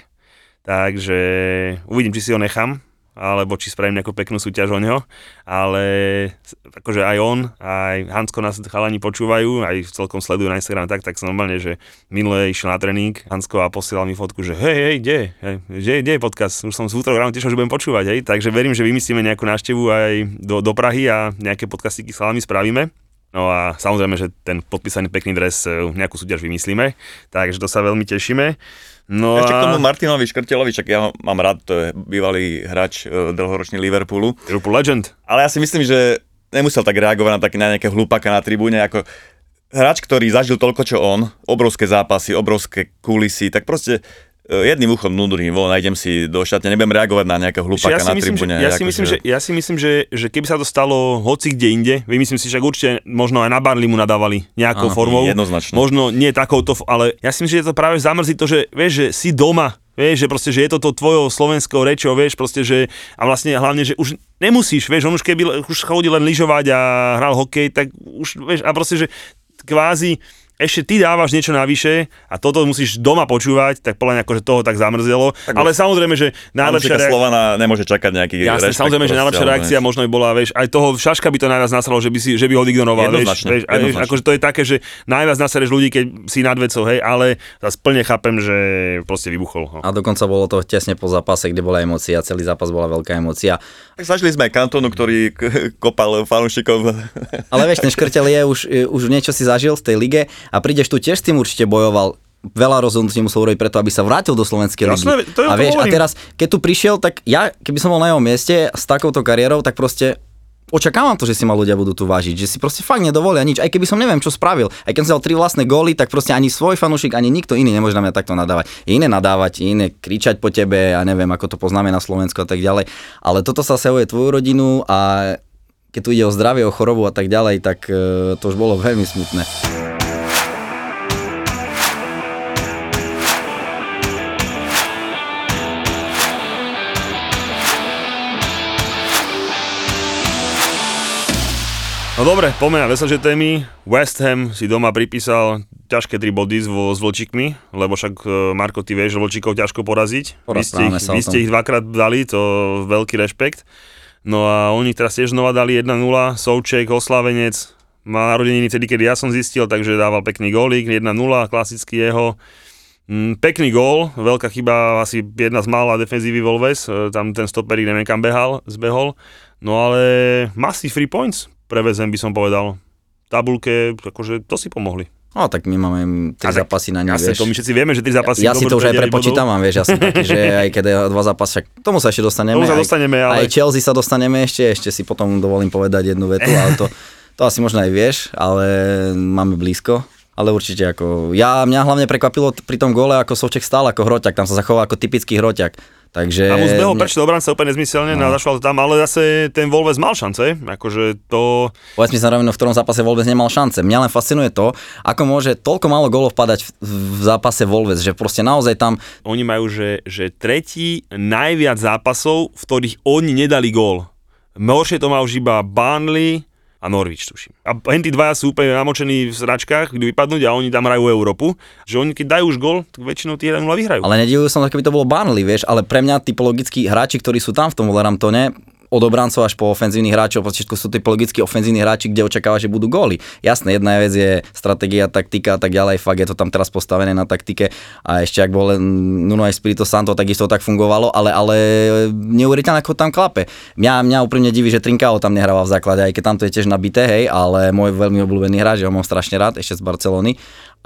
Takže uvidím, či si ho nechám, alebo či spravím nejakú peknú súťaž o neho, ale akože aj on, aj Hansko nás chalani počúvajú, aj celkom sledujú na Instagram tak, tak som normálne, že minule išiel na tréning Hansko a posielal mi fotku, že hej, hej, kde, hej, kde, kde je podcast, už som z útorok ráno tešil, že budem počúvať, hej, takže verím, že vymyslíme nejakú návštevu aj do, do Prahy a nejaké podcastiky s chalami spravíme. No a samozrejme, že ten podpísaný pekný dres nejakú súťaž vymyslíme, takže to sa veľmi tešíme. No Ešte a... k tomu Martinovi Škrtelovi, čak ja ho mám rád, to je bývalý hráč dlhoročný Liverpoolu. Liverpool legend. Ale ja si myslím, že nemusel tak reagovať na, tak, na nejaké hlupaka na tribúne, ako hráč, ktorý zažil toľko, čo on, obrovské zápasy, obrovské kulisy, tak proste jedným uchom nudrým, vo, nájdem si do šatne, nebudem reagovať na nejakého hlupaka ja na myslím, tribúne. Že, ja, si ako myslím, že... že, ja si myslím, že, že keby sa to stalo hoci kde inde, vymyslím si, však určite možno aj na Burnley mu nadávali nejakou Áno, formou. jednoznačne. Možno nie takouto, ale ja si myslím, že je to práve zamrzí to, že vieš, že si doma, vieš, že proste, že je to to tvojou slovenskou rečou, vieš, proste, že a vlastne hlavne, že už nemusíš, vieš, on už keby už chodil len lyžovať a hral hokej, tak už, vieš, a proste, že kvázi ešte ty dávaš niečo navyše a toto musíš doma počúvať, tak podľa mňa akože toho tak zamrzelo. Tak ale samozrejme, že najlepšia reakcia... Slovana nemôže čakať nejaký Jasne, rešpekt. samozrejme, že najlepšia reakcia možno by bola, vieš, aj toho Šaška by to najviac nasralo, že by, si, že by ho ignoroval, vieš, vieš, a vieš, akože to je také, že najviac nasereš ľudí, keď si nad vecou, hej, ale zase plne chápem, že proste vybuchol. Ho. A dokonca bolo to tesne po zápase, kde bola emócia, celý zápas bola veľká emócia. Tak zažili sme aj Cantonu, ktorý k- kopal fanúšikov. Ale vieš, ten Škrtel je už, už niečo si zažil v tej lige a prídeš tu tiež s tým určite bojoval. Veľa rozhodnutí musel urobiť preto, aby sa vrátil do slovenskej ligy. Jasné, to a vieš, a hovorím. teraz, keď tu prišiel, tak ja, keby som bol na jeho mieste s takouto kariérou, tak proste očakávam to, že si ma ľudia budú tu vážiť, že si proste fakt nedovolia nič, aj keby som neviem, čo spravil. Aj keď som dal tri vlastné góly, tak proste ani svoj fanúšik, ani nikto iný nemôže na mňa takto nadávať. Je iné nadávať, je iné kričať po tebe, ja neviem, ako to poznáme na Slovensku a tak ďalej. Ale toto sa sehuje tvoju rodinu a keď tu ide o zdravie, o chorobu a tak ďalej, tak to už bolo veľmi smutné. No dobre, poďme na veselšie témy. West Ham si doma pripísal ťažké tri body s, s Vlčíkmi, lebo však Marko, ty vieš, že Vlčíkov ťažko poraziť. Vy ste, ich, vy ste ich dvakrát dali, to veľký rešpekt. No a oni teraz tiež znova dali jedna nula, Souček, oslavenec, má narodeniny vtedy, kedy ja som zistil, takže dával pekný gólik, jedna nula, klasicky jeho. Mm, pekný gól, veľká chyba, asi jedna z mála defenzívy Wolves, tam ten stoperík neviem kam behal, zbehol. No ale massive three points prevezem, by som povedal. V tabulke, akože to si pomohli. No tak my máme tri zápasy na ne, jasne, vieš. to my všetci vieme, že tri zápasy... Ja, ja si to už aj prepočítavam, vieš, ja som taký, že aj keď je dva zápasy, však tomu sa ešte dostaneme. Tomu sa dostaneme, aj, ale... Aj Chelsea sa dostaneme ešte, ešte si potom dovolím povedať jednu vetu, ale to, to asi možno aj vieš, ale máme blízko. Ale určite ako, ja, mňa hlavne prekvapilo pri tom góle, ako Souček stál ako hroťak, tam sa zachoval ako typický hroťak. Takže... A mu zbehol preč do obranca úplne nezmyselne, no. Zašval to tam, ale zase ten Wolves mal šance, akože to... Povedz mi sa rovno, v ktorom zápase Wolves nemal šance. Mňa len fascinuje to, ako môže toľko málo gólov padať v, v zápase Wolves, že proste naozaj tam... Oni majú, že, že tretí najviac zápasov, v ktorých oni nedali gól. Horšie to má už iba Burnley a Norwich, tuším. A henty dvaja sú úplne namočení v zračkách, idú vypadnúť a oni tam hrajú Európu. Že oni keď dajú už gól, tak väčšinou tí jeden nula vyhrajú. Ale nedivujú som, keby to bolo Burnley, vieš, ale pre mňa typologickí hráči, ktorí sú tam v tom Wolverhamptone, od obrancov až po ofenzívnych hráčov, pretože sú typologicky ofenzívni hráči, kde očakáva, že budú góly. Jasné, jedna vec je stratégia, taktika a tak ďalej, fakt je to tam teraz postavené na taktike a ešte ak bol Nuno Espirito Santo, takisto tak fungovalo, ale, ale neuveriteľne ako tam klape. Mňa, mňa úprimne diví, že Trincao tam nehrával v základe, aj keď tam to je tiež nabité, hej, ale môj veľmi obľúbený hráč, ja ho mám strašne rád, ešte z Barcelony.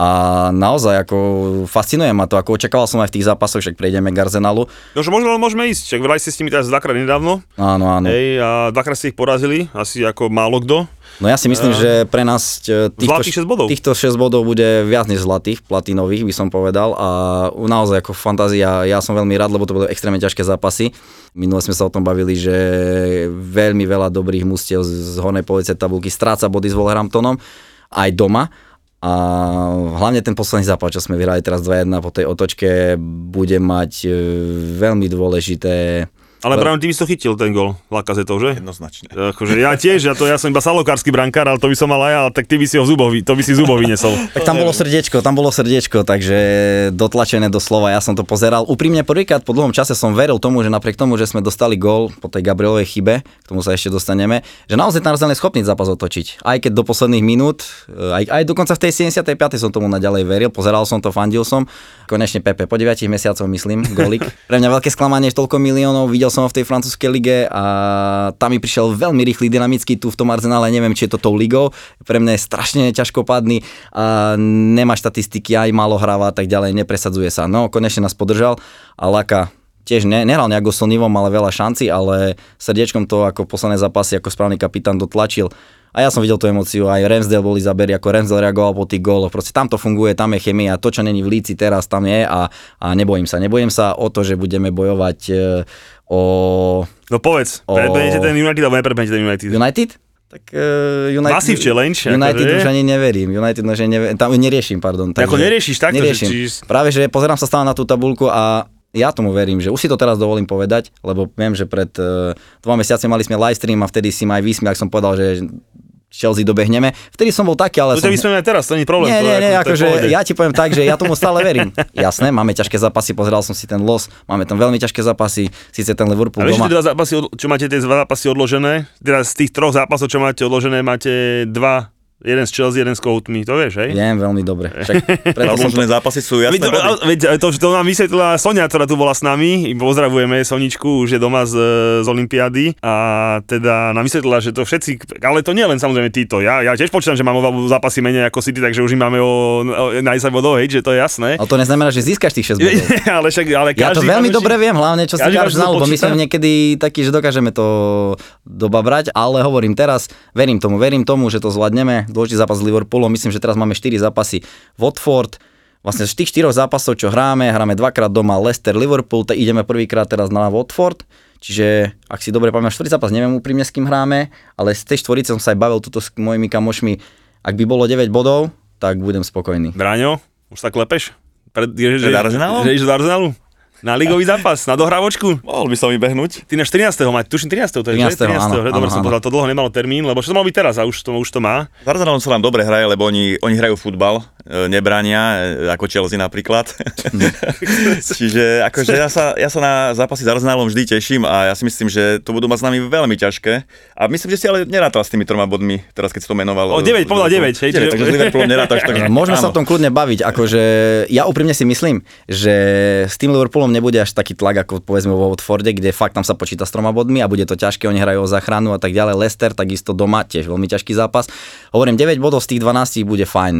A naozaj, ako fascinuje ma to, ako očakával som aj v tých zápasoch, však prejdeme k Arsenalu. No, že možno môžeme ísť, však vrali ste s nimi teraz dvakrát nedávno. Áno, áno. Hej, a dvakrát ste ich porazili, asi ako málo kto. No ja si myslím, uh, že pre nás týchto, šesť bodov. týchto šesť bodov bude viac než zlatých, platinových by som povedal a naozaj ako fantázia, ja som veľmi rád, lebo to boli extrémne ťažké zápasy. Minule sme sa o tom bavili, že veľmi veľa dobrých mužstiev z hornej polovice tabulky stráca body s Wolverhamptonom aj doma. A hlavne ten posledný zápas, čo sme vyhrali teraz dva jedna po tej otočke, bude mať veľmi dôležité... Ale práve ty by si to chytil, ten gól Lacazetov, že? Jednoznačne. Akože ja tiež, ja, to, ja som iba salokársky brankár, ale to by som mal aj ja, ale tak ty by si ho zubovi, to by si zubovi nesol. Tak tam bolo srdiečko, tam bolo srdiečko, takže dotlačené do slova, ja som to pozeral. Úprimne prvýkrát po dlhom čase som veril tomu, že napriek tomu, že sme dostali gól po tej Gabrielovej chybe, k tomu sa ešte dostaneme, že naozaj ten Arsenal je schopný zápas otočiť. Aj keď do posledných minút, aj, aj dokonca v tej sedemdesiatej piatej som tomu naďalej veril, pozeral som to, fandil som. Konečne Pepe, po deviatich mesiacoch myslím, gólik. Pre mňa veľké sklamanie, toľko miliónov, videl videl som ho v tej francúzskej lige a tam mi prišiel veľmi rýchly, dynamický, tu v tom Arsenále, neviem, či je to tou ligou, pre mňa je strašne ťažkopádny a nemá štatistiky, aj málo hráva a tak ďalej, nepresadzuje sa. No, konečne nás podržal a Laka tiež ne, nehral nejak oslnivom, ale veľa šanci, ale srdiečkom to ako posledné zápasy, ako správny kapitán dotlačil. A ja som videl tú emóciu, aj Ramsdale boli zaberi, ako Ramsdale reagoval po tých góloch, proste tam to funguje, tam je chemia, to, čo není v Líci teraz, tam je a, a nebojím sa, nebojím sa o to, že budeme bojovať e, o... No povedz, o... predbehnete ten United, alebo nepredbehnete ten United? United? Tak uh, United... Massive challenge. United akože... už ani neverím, United už ani neverím, tam neriešim, pardon. Takže, ako neriešiš takto? Neriešim. Že či... Práve, že pozerám sa stále na tú tabuľku a ja tomu verím, že už si to teraz dovolím povedať, lebo viem, že pred uh, dvoma mesiacmi mali sme live stream a vtedy si ma aj vysmial, ak som povedal, že Chelsea dobehneme. Vtedy som bol taký, ale to som... To vysmieme teraz, to nie je problém. Nie, nie, nie, akože ja ti poviem tak, že ja tomu stále verím. Jasné, máme ťažké zápasy, pozeral som si ten los, máme tam veľmi ťažké zápasy, síce ten Liverpool ale doma. Ale ešte zápasy, čo máte tie dva zápasy odložené, teraz z tých troch zápasov, čo máte odložené, máte dva. Jeden z Chelsea, jeden s Koutmi, to vieš, hej? Viem, veľmi dobre. Však preto som to... zápasy sú jasné. Veď to, to, to nám vysvetlila Sonia, ktorá tu bola s nami, pozdravujeme Soničku, už je doma z, z Olympiády a teda nám vysvetlila, že to všetci, ale to nie len samozrejme títo, ja, ja tiež počítam, že mám zápasy menej ako City, takže už im máme o, o nájsť bodov, hej, že to je jasné. Ale to neznamená, že získaš tých šesť bodov. ale však, ale každý, ja to veľmi dobre viem, hlavne čo si Arsenal, lebo my sme niekedy takí, že dokážeme to dobabrať, ale hovorím teraz, verím tomu, verím tomu, že to zvládneme. Dôležitý zápas s Liverpoolom, myslím, že teraz máme štyri zápasy. Watford, vlastne z tých štyroch zápasov, čo hráme, hráme dvakrát doma Leicester, Liverpool, tak ideme prvýkrát teraz na Watford, čiže ak si dobre pamätám, štvrtý zápas, neviem úprimne s kým hráme, ale z tej štvorice som sa aj bavil tuto s mojimi kamošmi, ak by bolo deväť bodov, tak budem spokojný. Braňo, už sa klepeš? Pred, že, že, že, že ideš do Arsenalu? Na ligový zápas, na dohrávočku. Mohol by som vybehnúť. Ty na štrnásteho máš, tuším trinásteho to je, trinásteho, že? trinásteho, áno, že? Dobre áno, som povedal, to dlho nemalo termín, lebo čo to malo byť teraz a už to, už to má. S Arsenalom sa nám dobre hraje, lebo oni, oni hrajú futbal, nebrania, ako Chelsea napríklad. Čiže akože ja sa, ja sa na zápasy s Arsenalom vždy teším a ja si myslím, že to budú mať s nami veľmi ťažké. A myslím, že si ale nerátal s tými troma bodmi, teraz keď si to menoval. O deväť, povedal deväť, hej. deväť, takže s Liverpoolom nerátaš. Tak... Môžeme sa o tom kľudne baviť, akože ja úprimne si myslím, že s tým Liverpoolom nebude až taký tlak, ako povedzme vo Watforde, kde fakt tam sa počíta s troma bodmi a bude to ťažké, oni hrajú o záchranu a tak ďalej. Leicester takisto doma, tiež veľmi ťažký zápas. Hovorím, deväť bodov z tých dvanástich bude fajn.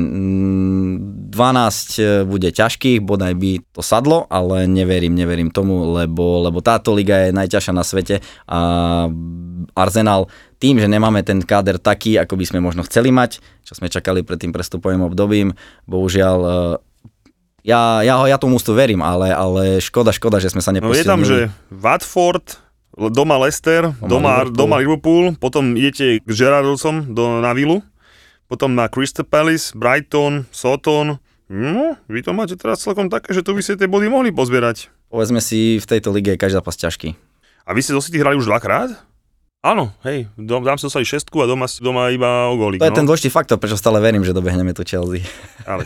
dvanásť bude ťažkých, bodaj by to sadlo, ale neverím, neverím tomu, lebo, lebo táto liga je najťažšia na svete a Arsenal tým, že nemáme ten káder taký, ako by sme možno chceli mať, čo sme čakali pred tým prestupovým obdobím, bohužiaľ Ja, ja, ja tomu mústvu verím, ale, ale škoda, škoda, že sme sa nepustili. No je tam, že Watford, doma Leicester, doma, doma, Liverpool. doma Liverpool, potom idete k Gerrardovcom do, na Vilu, potom na Crystal Palace, Brighton, Soton. No, vy to máte teraz celkom také, že tu by ste tie body mohli pozbierať. Povedzme si, v tejto lige je každý zápas ťažký. A vy ste do City hrali už dvakrát? Áno, hej, dom, tam ste dostali šestku a doma, doma iba o gólik. To je no? ten dôležitý faktor, prečo stále verím, že dobehneme tu Chelsea. Ale...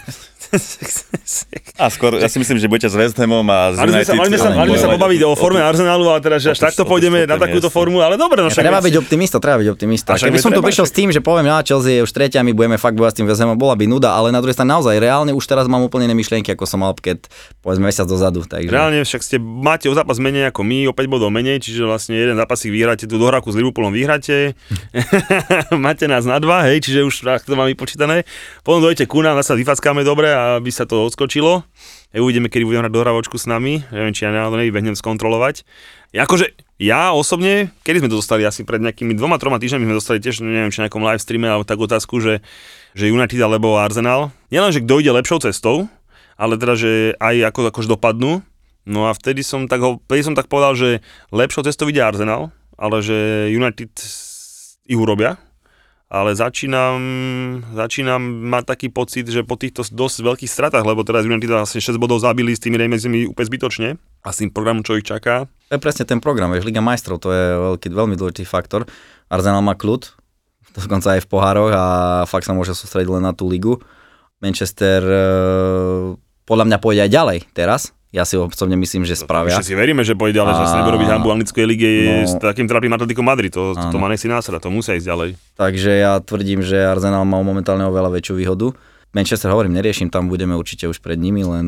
A skôr, ja si myslím, že budete s West Hamom a z United. Mali sme sa, mali sa pobaviť o forme Arsenalu, ale teraz, že až takto pôjdeme na takúto formu, ale dobre. No, ja, treba byť optimista, treba byť optimista. Keby som tu prišiel s tým, že poviem, na Chelsea je už tretia, my budeme fakt bojať s tým West Hamom, bola by nuda, ale na druhej strane naozaj reálne už teraz mám úplne iné myšlienky, ako som mal keď povedzme mesiac dozadu. Takže... Reálne však ste máte o zápas menej ako my, o päť bodov menej, čiže vlastne jeden zápasík vyhráte, tú dohrávku s Liverpoolom vyhráte. Máte nás na dva, hej, čiže už to máme vypočítané. Potom dojdete ku nám, sa vyfackáme dobre, aby sa to odskočilo. Hej, uvidíme, kedy budeme hrať dohrávočku s nami. Neviem, či ja to nevybehnem skontrolovať. Akože ja osobne, kedy sme to dostali, asi pred nejakými dvoma, troma týždňami sme dostali tiež, neviem, či na nejakom live streame, alebo takú otázku, že, že United alebo Arsenal. Nielen, že kto ide lepšou cestou, ale teda, že aj ako, akož dopadnú. No a vtedy som tak, vtedy som tak povedal, že lepšou cestou ide Arsenal, ale že United ich urobia, ale začínam, začínam mať taký pocit, že po týchto dosť veľkých stratách, lebo teraz United vlastne šesť bodov zabili s tými remezimi úplne zbytočne a s tým programom, čo ich čaká. To je presne ten program, vieš, Liga majstrov, to je veľký, veľmi dôležitý faktor. Arsenal má kľud, dokonca aj v pohároch a fakt sa môže sústrediť len na tú ligu. Manchester podľa mňa pôjde aj ďalej teraz. Ja si osobne myslím, že spravia. Ešte si veríme, že pôjde ďalej, a... že sa nebude robiť hambu anglickej lige no... s takým trápnym Atletico Madrid. To, to, to má nesi násada, to musia ísť ďalej. Takže ja tvrdím, že Arsenal má momentálne oveľa väčšiu výhodu. Manchester, hovorím, neriešim, tam budeme určite už pred nimi, len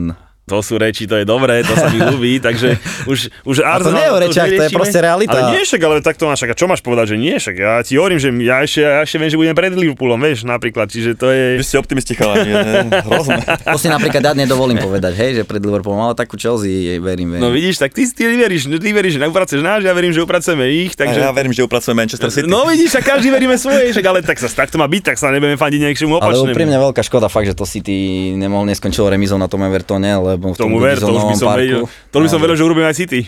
To sú reči, to je dobré, to sa mi ľúbi, takže už, už A to Arsenal... nie je o rečiach, to je proste realita. Ale nie však, ale tak to máš, a čo máš povedať, že nie však, ja ti hovorím, že ja ešte, ja ešte viem, že budem pred Liverpoolom, vieš, napríklad, čiže to je... Vy ste optimisti, chalani, hrozné. To si napríklad ja nedovolím povedať, hej, že pred Liverpoolom, ale takú Chelsea verím, verím. No vidíš, tak ty, ty veríš, ty veríš, že neupracuješ náš, ja verím, že upracujeme ich, takže... A ja verím, že upracujeme Manchester City. No vidíš, a každý veríme svoje, však, ale tak sa tak to má byť, tak sa nebudeme fandiť nejakému opačnému. Ale úprimne veľká škoda fakt, že to City nemohol neskončilo remízou na tom Evertone, lebo v tom Tomu ver, to už by som vedel, to by som vedel, že urobíme aj City.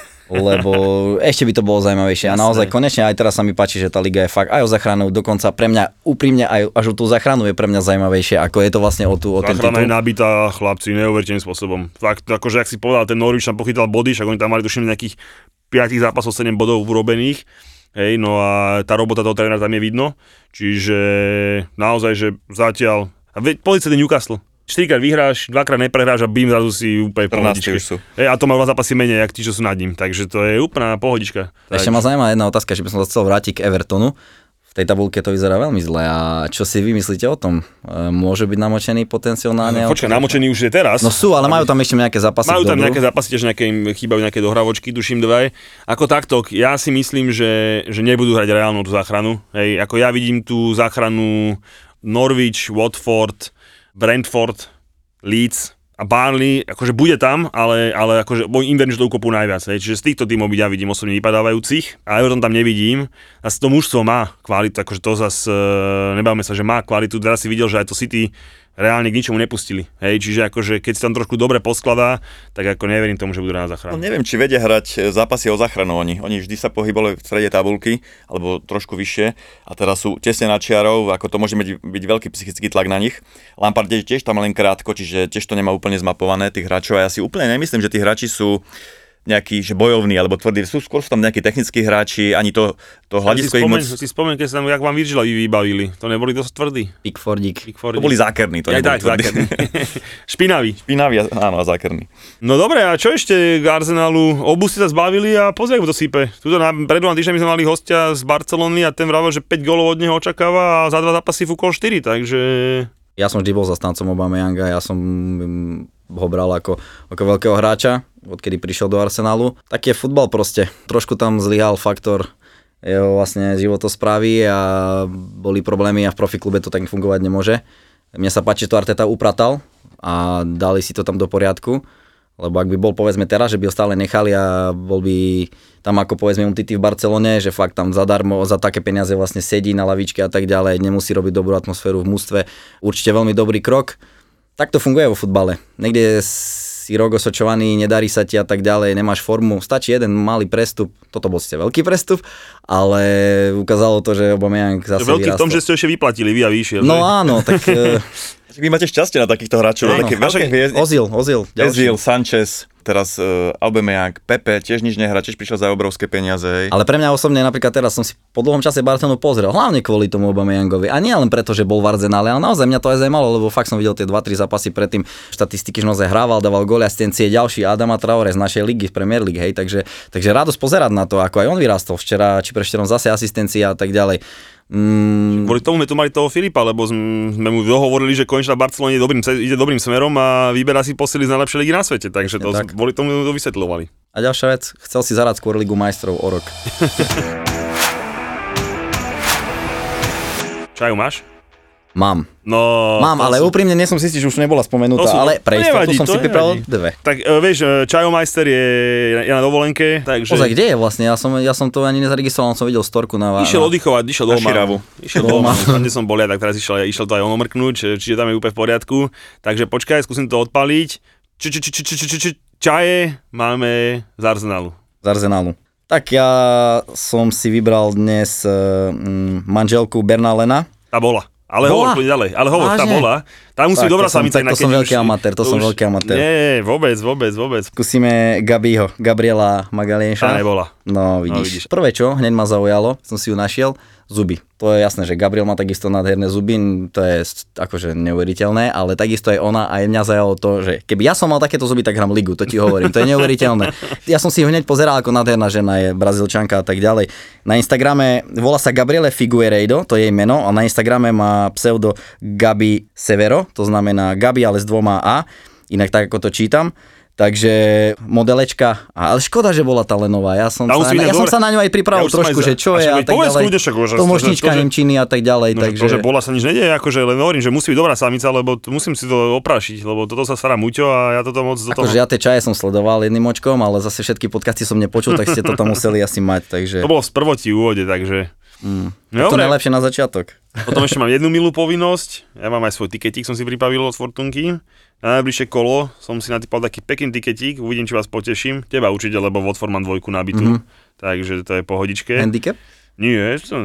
Lebo ešte by to bolo zaujímavejšie. A naozaj konečne aj teraz sa mi páči, že tá liga je fakt aj o záchranu, dokonca pre mňa úprimne aj až o tú záchranu je pre mňa zaujímavejšie, ako je to vlastne o, tú, o ten Záchrana titul. je nabitá, chlapci, neuveriteľným spôsobom. Fakt, akože ak si povedal, ten Norwich tam pochytal body, však oni tam mali tuším nejakých päť zápasov, sedem bodov urobených. Hej, no a tá robota toho trénera tam je vidno. Čiže naozaj, že zatiaľ... A pozrite sa ten Newcastle. štyrikrát vyhráš, dvakrát neprehráš a bím, zrazu si úplne pohodičke. Hej, a to má dva zápasy menej, jak tí, čo sú nad ním, takže to je úplná pohodička. Ešte ma zaujíma jedna otázka, že by som sa chcel vrátiť k Evertonu. V tej tabulke to vyzerá veľmi zle a čo si vy myslíte o tom? Môže byť namočený potenciálne? No, počkaj, namočený už je teraz. No sú, ale majú tam ešte nejaké zápasy. Majú tam nejaké zápasy, tiež nejaké im chýbajú nejaké dohravočky, tuším dva. Ako takto, ja si myslím, že, že nebudú hrať reálnu tú záchranu. Hej, ako ja vidím tú záchranu Norwich, Watford, Brentford, Leeds a Burnley, akože bude tam, ale, ale akože im verím, že to ukopú najviac. Hej. Čiže z týchto tímov ja vidím osobne vypadávajúcich a Everton tam nevidím. A to mužstvo má kvalitu, akože to zase nebavme sa, že má kvalitu. Teraz si videl, že aj to City reálne k ničomu nepustili. Hej, čiže akože keď si tam trošku dobre poskladá, tak ako neverím tomu, že budú na záchranu. No neviem, či vedia hrať zápasy o záchranu oni. Oni vždy sa pohybovali v strede tabulky, alebo trošku vyššie a teraz sú tesne nad čiarou, ako to môže byť, byť veľký psychický tlak na nich. Lampard je tiež tam len krátko, čiže tiež to nemá úplne zmapované tých hráčov a ja si úplne nemyslím, že tí hráči sú nejaký, že bojovný alebo tvrdý, sú skôr sú tam nejakí technickí hráči, ani to, to hľadisko ich moc... Si spomeň, keď sa tam, jak vám Virgila vybavili, to neboli dosť tvrdí. Pickfordík. To boli zákerní, to ja, neboli tak, tvrdí. Špinaví. Špinaví, áno, a zákerní. No dobre, a čo ešte k Arsenalu? Obu ste sa zbavili a pozri, ako to sype. Tuto na, pred dvoma týždňami sme mali hostia z Barcelony a ten vravel, že päť gólov od neho očakáva a za dva zápasy fúkol štyri, takže... Ja som vždy bol zastancom Aubameyanga, ja som ho bral ako, ako veľkého hráča, odkedy prišiel do Arsenalu. Taký je futbal proste. Trošku tam zlyhal faktor jeho vlastne životosprávy a boli problémy a v profiklube to tak fungovať nemôže. Mne sa páči, že to Arteta upratal a dali si to tam do poriadku, lebo ak by bol povedzme teraz, že by ho stále nechali a bol by tam ako povedzme Umtiti v Barcelone, že fakt tam zadarmo, za také peniaze vlastne sedí na lavičke a tak ďalej, nemusí robiť dobrú atmosféru v mužstve, určite veľmi dobrý krok. Tak to funguje vo futbale. Niekde si rok osočovaný, nedarí sa ti a tak ďalej, nemáš formu, stačí jeden malý prestup, toto bol síce veľký prestup, ale ukázalo to, že Aubameyang zase veľký vyrastol. v tom, že ste ešte vyplatili, vy a vyšiel. No že? áno, tak... Vy máte šťastie na takýchto hráčov, Áno, také veľké hviezdy. Ozil, Ozil. Ozil, Sanchez, teraz uh, Aubameyang, Pepe, tiež nič nehrá, tiež prišiel za obrovské peniaze. Ale pre mňa osobne napríklad teraz som si po dlhom čase Barcelonu pozrel, hlavne kvôli tomu Aubameyangovi. A nie len preto, že bol v Arsenále, ale naozaj mňa to aj zaujímalo, lebo fakt som videl tie dva tri zápasy predtým, štatistiky, že naozaj hrával, dával góly, asistencie, ďalší Adama Traore z našej ligy, z Premier League, hej, takže, takže radosť pozerať na to, ako aj on vyrástol včera, či prešterom zase asistencia a tak ďalej. Mm. Kvôli tomu sme tu mali toho Filipa, lebo sme mu dohovorili, že konečne v Barcelone ide dobrým, ide dobrým smerom a vyberá si posily z najlepšej ligy na svete, takže to tak. kvôli tomu to vysvetľovali. A ďalšia vec, chcel si zarať skôr Ligu majstrov o rok. Čaju máš? Mám. No, Mám, ale sú... úprimne nie som si istý, že už nebola spomenutá, sú... ale pre istotu som si pripravil dve. Tak vieš, Čajomajster je, je na dovolenke, takže... Ozaj, kde je vlastne? Ja som, ja som to ani nezaregistroval, som videl storku na... Išiel oddychovať, išiel do Omaru. Išiel do Omaru. Omaru, kde som bol ja, tak teraz išiel, išiel to aj on omrknúť, čiže tam je úplne v poriadku. Takže počkaj, skúsim to odpaliť. Čaje máme z Arsenalu. Z Arsenalu. Tak ja som si vybral dnes manželku Bernalena. Tá bola. Ale bola? hovor, ďalej, ale hovor, tá bola. Tá musí byť dobrá samica. Tak to som veľký amatér, to som veľký amatér. Nie, vôbec, vôbec, vôbec. Skúsime Gabiho, Gabriela Magalieša. Tá nebola. No vidíš. no vidíš. Prvé čo, hneď ma zaujalo, som si ju našiel, zuby. To je jasné, že Gabriel má takisto nádherné zuby, to je akože neuveriteľné, ale takisto aj ona, aj mňa zaujalo to, že keby ja som mal takéto zuby, tak hrám ligu, to ti hovorím, to je neuveriteľné. Ja som si ho hneď pozeral, ako nádherná žena je, Brazílčanka a tak ďalej. Na Instagrame volá sa Gabriele Figueiredo, to je jej meno, a na Instagrame má pseudo Gabi Severo, to znamená Gabi, ale s dvoma A. inak tak ako to čítam. Takže modelečka, ale škoda, že bola tá Lenová. Ja som, sa, ja som sa na ňu aj pripravil ja trošku, že čo je a tak ďalej. Tlmočnička nemčiny a tak ďalej. No, takže... To, že bola sa nič nedieje, akože len hovorím, že musí byť dobrá samica, lebo musím si to oprášiť, lebo toto sa stará Muťo a ja toto moc do toho... Akože ja tie čaje som sledoval jedným očkom, ale zase všetky podcasty som nepočul, tak ste to tam museli asi mať, takže... To bolo v prvoti úvode, takže... Mm. No, to najlepšie na začiatok. Potom ešte mám jednu milú povinnosť. Ja mám aj svoj tiketík, som si pripravil od Fortunky. Na najbližšie kolo som si natypal taký pekný tiketík, uvidím, či vás poteším. Teba určite, lebo Watford mám dvojku nabitú, mm-hmm. takže to je pohodičke. Handicap? Nie, som...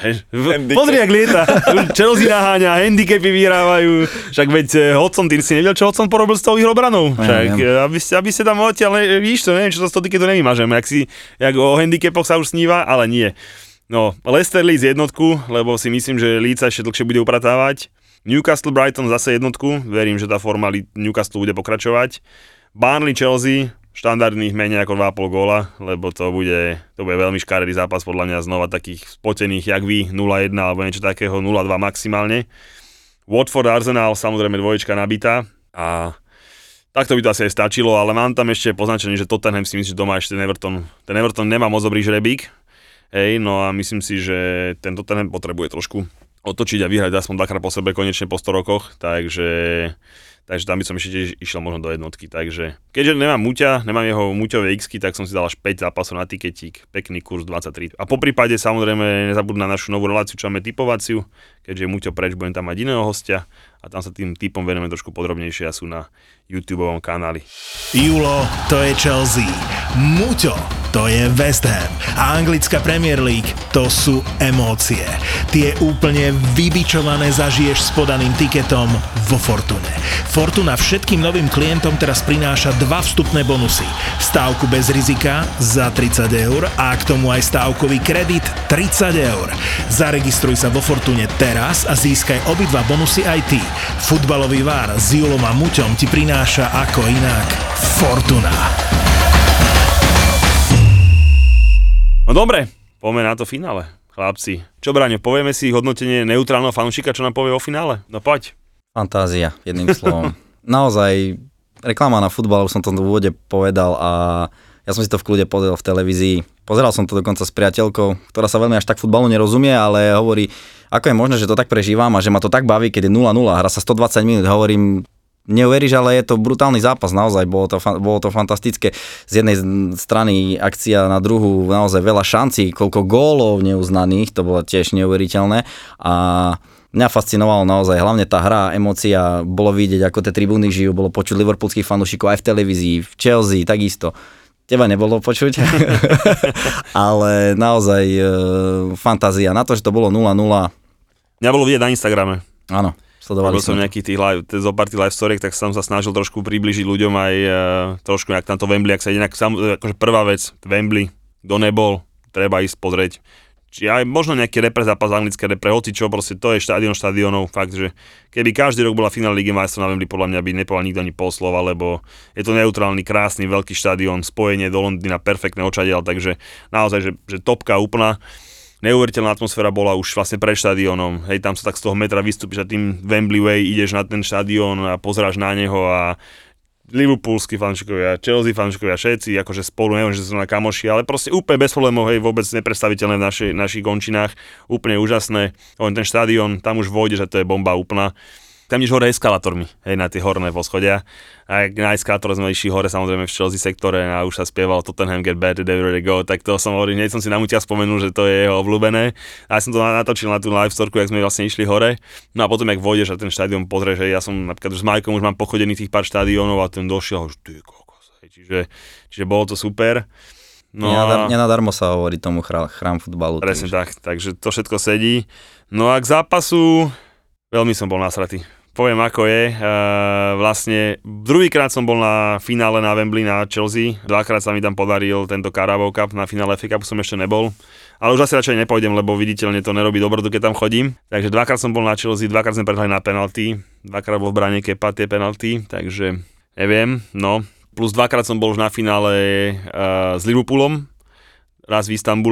Pozri, jak lieta. Chelsea naháňa, handicapy vyhrávajú. Však veď Hodgson, ty si nevedel, čo Hodgson porobil s tou výhrobranou. Však, ja, aby, ste, aby ste tam odtiaľ, víš to, neviem, čo sa z toho tiketu nevymažem. Jak, si, jak o handicapoch sa už sníva, ale nie. No, Leicester Leeds jednotku, lebo si myslím, že Leeds sa ešte dlhšie bude upratávať. Newcastle Brighton zase jednotku, verím, že tá forma Newcastle bude pokračovať. Burnley Chelsea, štandardných menej ako dva a pol góla, lebo to bude, to bude veľmi škaredý zápas, podľa mňa znova takých spotených, jak vy, nula jeden alebo niečo takého, nula dva maximálne. Watford Arsenal, samozrejme dvoječka nabitá a takto by to asi aj stačilo, ale mám tam ešte poznačený, že Tottenham si myslím, že doma ešte ten Everton, ten Everton nemá moc dobrý žrebík. Hej, no a myslím si, že tento Tottenham potrebuje trošku otočiť a vyhrať aspoň dvakrát po sebe konečne po sto rokoch, takže, takže tam by som ešte tiež išiel možno do jednotky, takže keďže nemám Muťa, nemám jeho Muťové X-ky, tak som si dal až päť zápasov na tiketík, pekný kurz dvadsaťtri. A po prípade samozrejme nezabudnú na našu novú reláciu, čo máme typovaciu, keďže je Muťo preč, budem tam mať iného hostia a tam sa tým typom venujeme trošku podrobnejšie a sú na YouTubeovom kanáli. Julo, to je Chelsea. Muťo, to je West Ham. A anglická Premier League, to sú emócie. Tie úplne vybičované zažiješ s podaným tiketom vo Fortune. Fortuna všetkým novým klientom teraz prináša dva vstupné bonusy. Stávku bez rizika za tridsať eur a k tomu aj stávkový kredit tridsať eur. Zaregistruj sa vo Fortune teraz a získaj obidva bonusy aj ty. Futbalový vár s Julom a Muťom ti prináša ako inak Fortuna. No dobre, poďme na to finále, chlapci. Čo, Braňo, povieme si hodnotenie neutrálneho fanúšika, čo nám povie o finále? No poď. Fantázia, jedným slovom. Naozaj, reklama na futbal, už som to v úvode povedal a ja som si to v kľude pozrel v televízii. Pozeral som to dokonca s priateľkou, ktorá sa veľmi až tak futbalu nerozumie, ale hovorí, ako je možné, že to tak prežívam a že ma to tak baví, keď je nula nula, hra sa stodvadsať minút, hovorím, neuveríš, ale je to brutálny zápas, naozaj, bolo to, bolo to fantastické. Z jednej strany akcia, na druhú naozaj veľa šancí, koľko gólov neuznaných, to bolo tiež neuveriteľné a mňa fascinovalo naozaj, hlavne tá hra, emócia, bolo vidieť, ako tie tribúny žijú, bolo počuť liverpoolských fanúšikov aj v televízii, v Chelsea, takisto. Teba nebolo počuť, ale naozaj e, fantázia na to, že to bolo nula nula. Mňa bolo vidieť na Instagrame. Áno. Sledovali som nejakých tých live, zo pár tých live storiek, tak som sa snažil trošku približiť ľuďom aj uh, trošku jak tamto Wembley, ak sa ide, sam, akože prvá vec, Wembley, kto nebol, treba ísť pozrieť. Či aj možno nejaký repre zápas, anglické repre, hoci čo, proste to je štadión štadiónov, fakt, že keby každý rok bola finále Ligy majstrov na Wembley, podľa mňa by nepovedal nikto ani pol slova, lebo je to neutrálny, krásny, veľký štadión, spojenie do Londýna, perfektné očadiaľ, takže naozaj, že, že topka úplná. Neuveriteľná atmosféra bola už vlastne pred štadiónom, hej, tam sa tak z toho metra vystúpiš a tým Wembley Way ideš na ten štadión a pozráš na neho a liverpoolskí fanúšikovia, Chelsea fanúšikovia, všetci akože spolu, neviem, že sú na kamoši, ale proste úplne bez problémov, hej, vôbec nepredstaviteľné v našej, našich končinách, úplne úžasné, ten štadión, tam už vojdeš a to je bomba úplná. Tam ideš hore eskalátormi, hej, na tie horné poschodia. A na eskalátore sme išli hore, samozrejme v Chelsea sektore a už sa spieval Tottenham Get Better, Every Go, tak to som hovoril, hneď som si na Muťa spomenul, že to je jeho obľúbené. A ja som to natočil na tú live storku, jak sme vlastne išli hore. No a potom, jak vojdeš a ten štadión pozrieš, hej, ja som napríklad už s Majkom už mám pochodených tých pár štadiónov a ten došiel, že ty kokos, hej, čiže, čiže bolo to super. No a... Nenadarmo sa hovorí tomu chrám, chrám futbalu. Presne tak, takže to všetko sedí. No a k zápasu veľmi som bol nasratý. Poviem ako je, uh, vlastne druhýkrát som bol na finále na Wembley na Chelsea, dvakrát sa mi tam podaril tento Carabao Cup, na finále ef á Cupu som ešte nebol, ale už asi radšej nepojdem, lebo viditeľne to nerobí dobrotu, keď tam chodím, takže dvakrát som bol na Chelsea, dvakrát sme prehrali na penalty, dvakrát bol v bráne Kepa tie penalty, takže neviem, no, plus dvakrát som bol už na finále uh, s Liverpoolom, raz v Istanbule,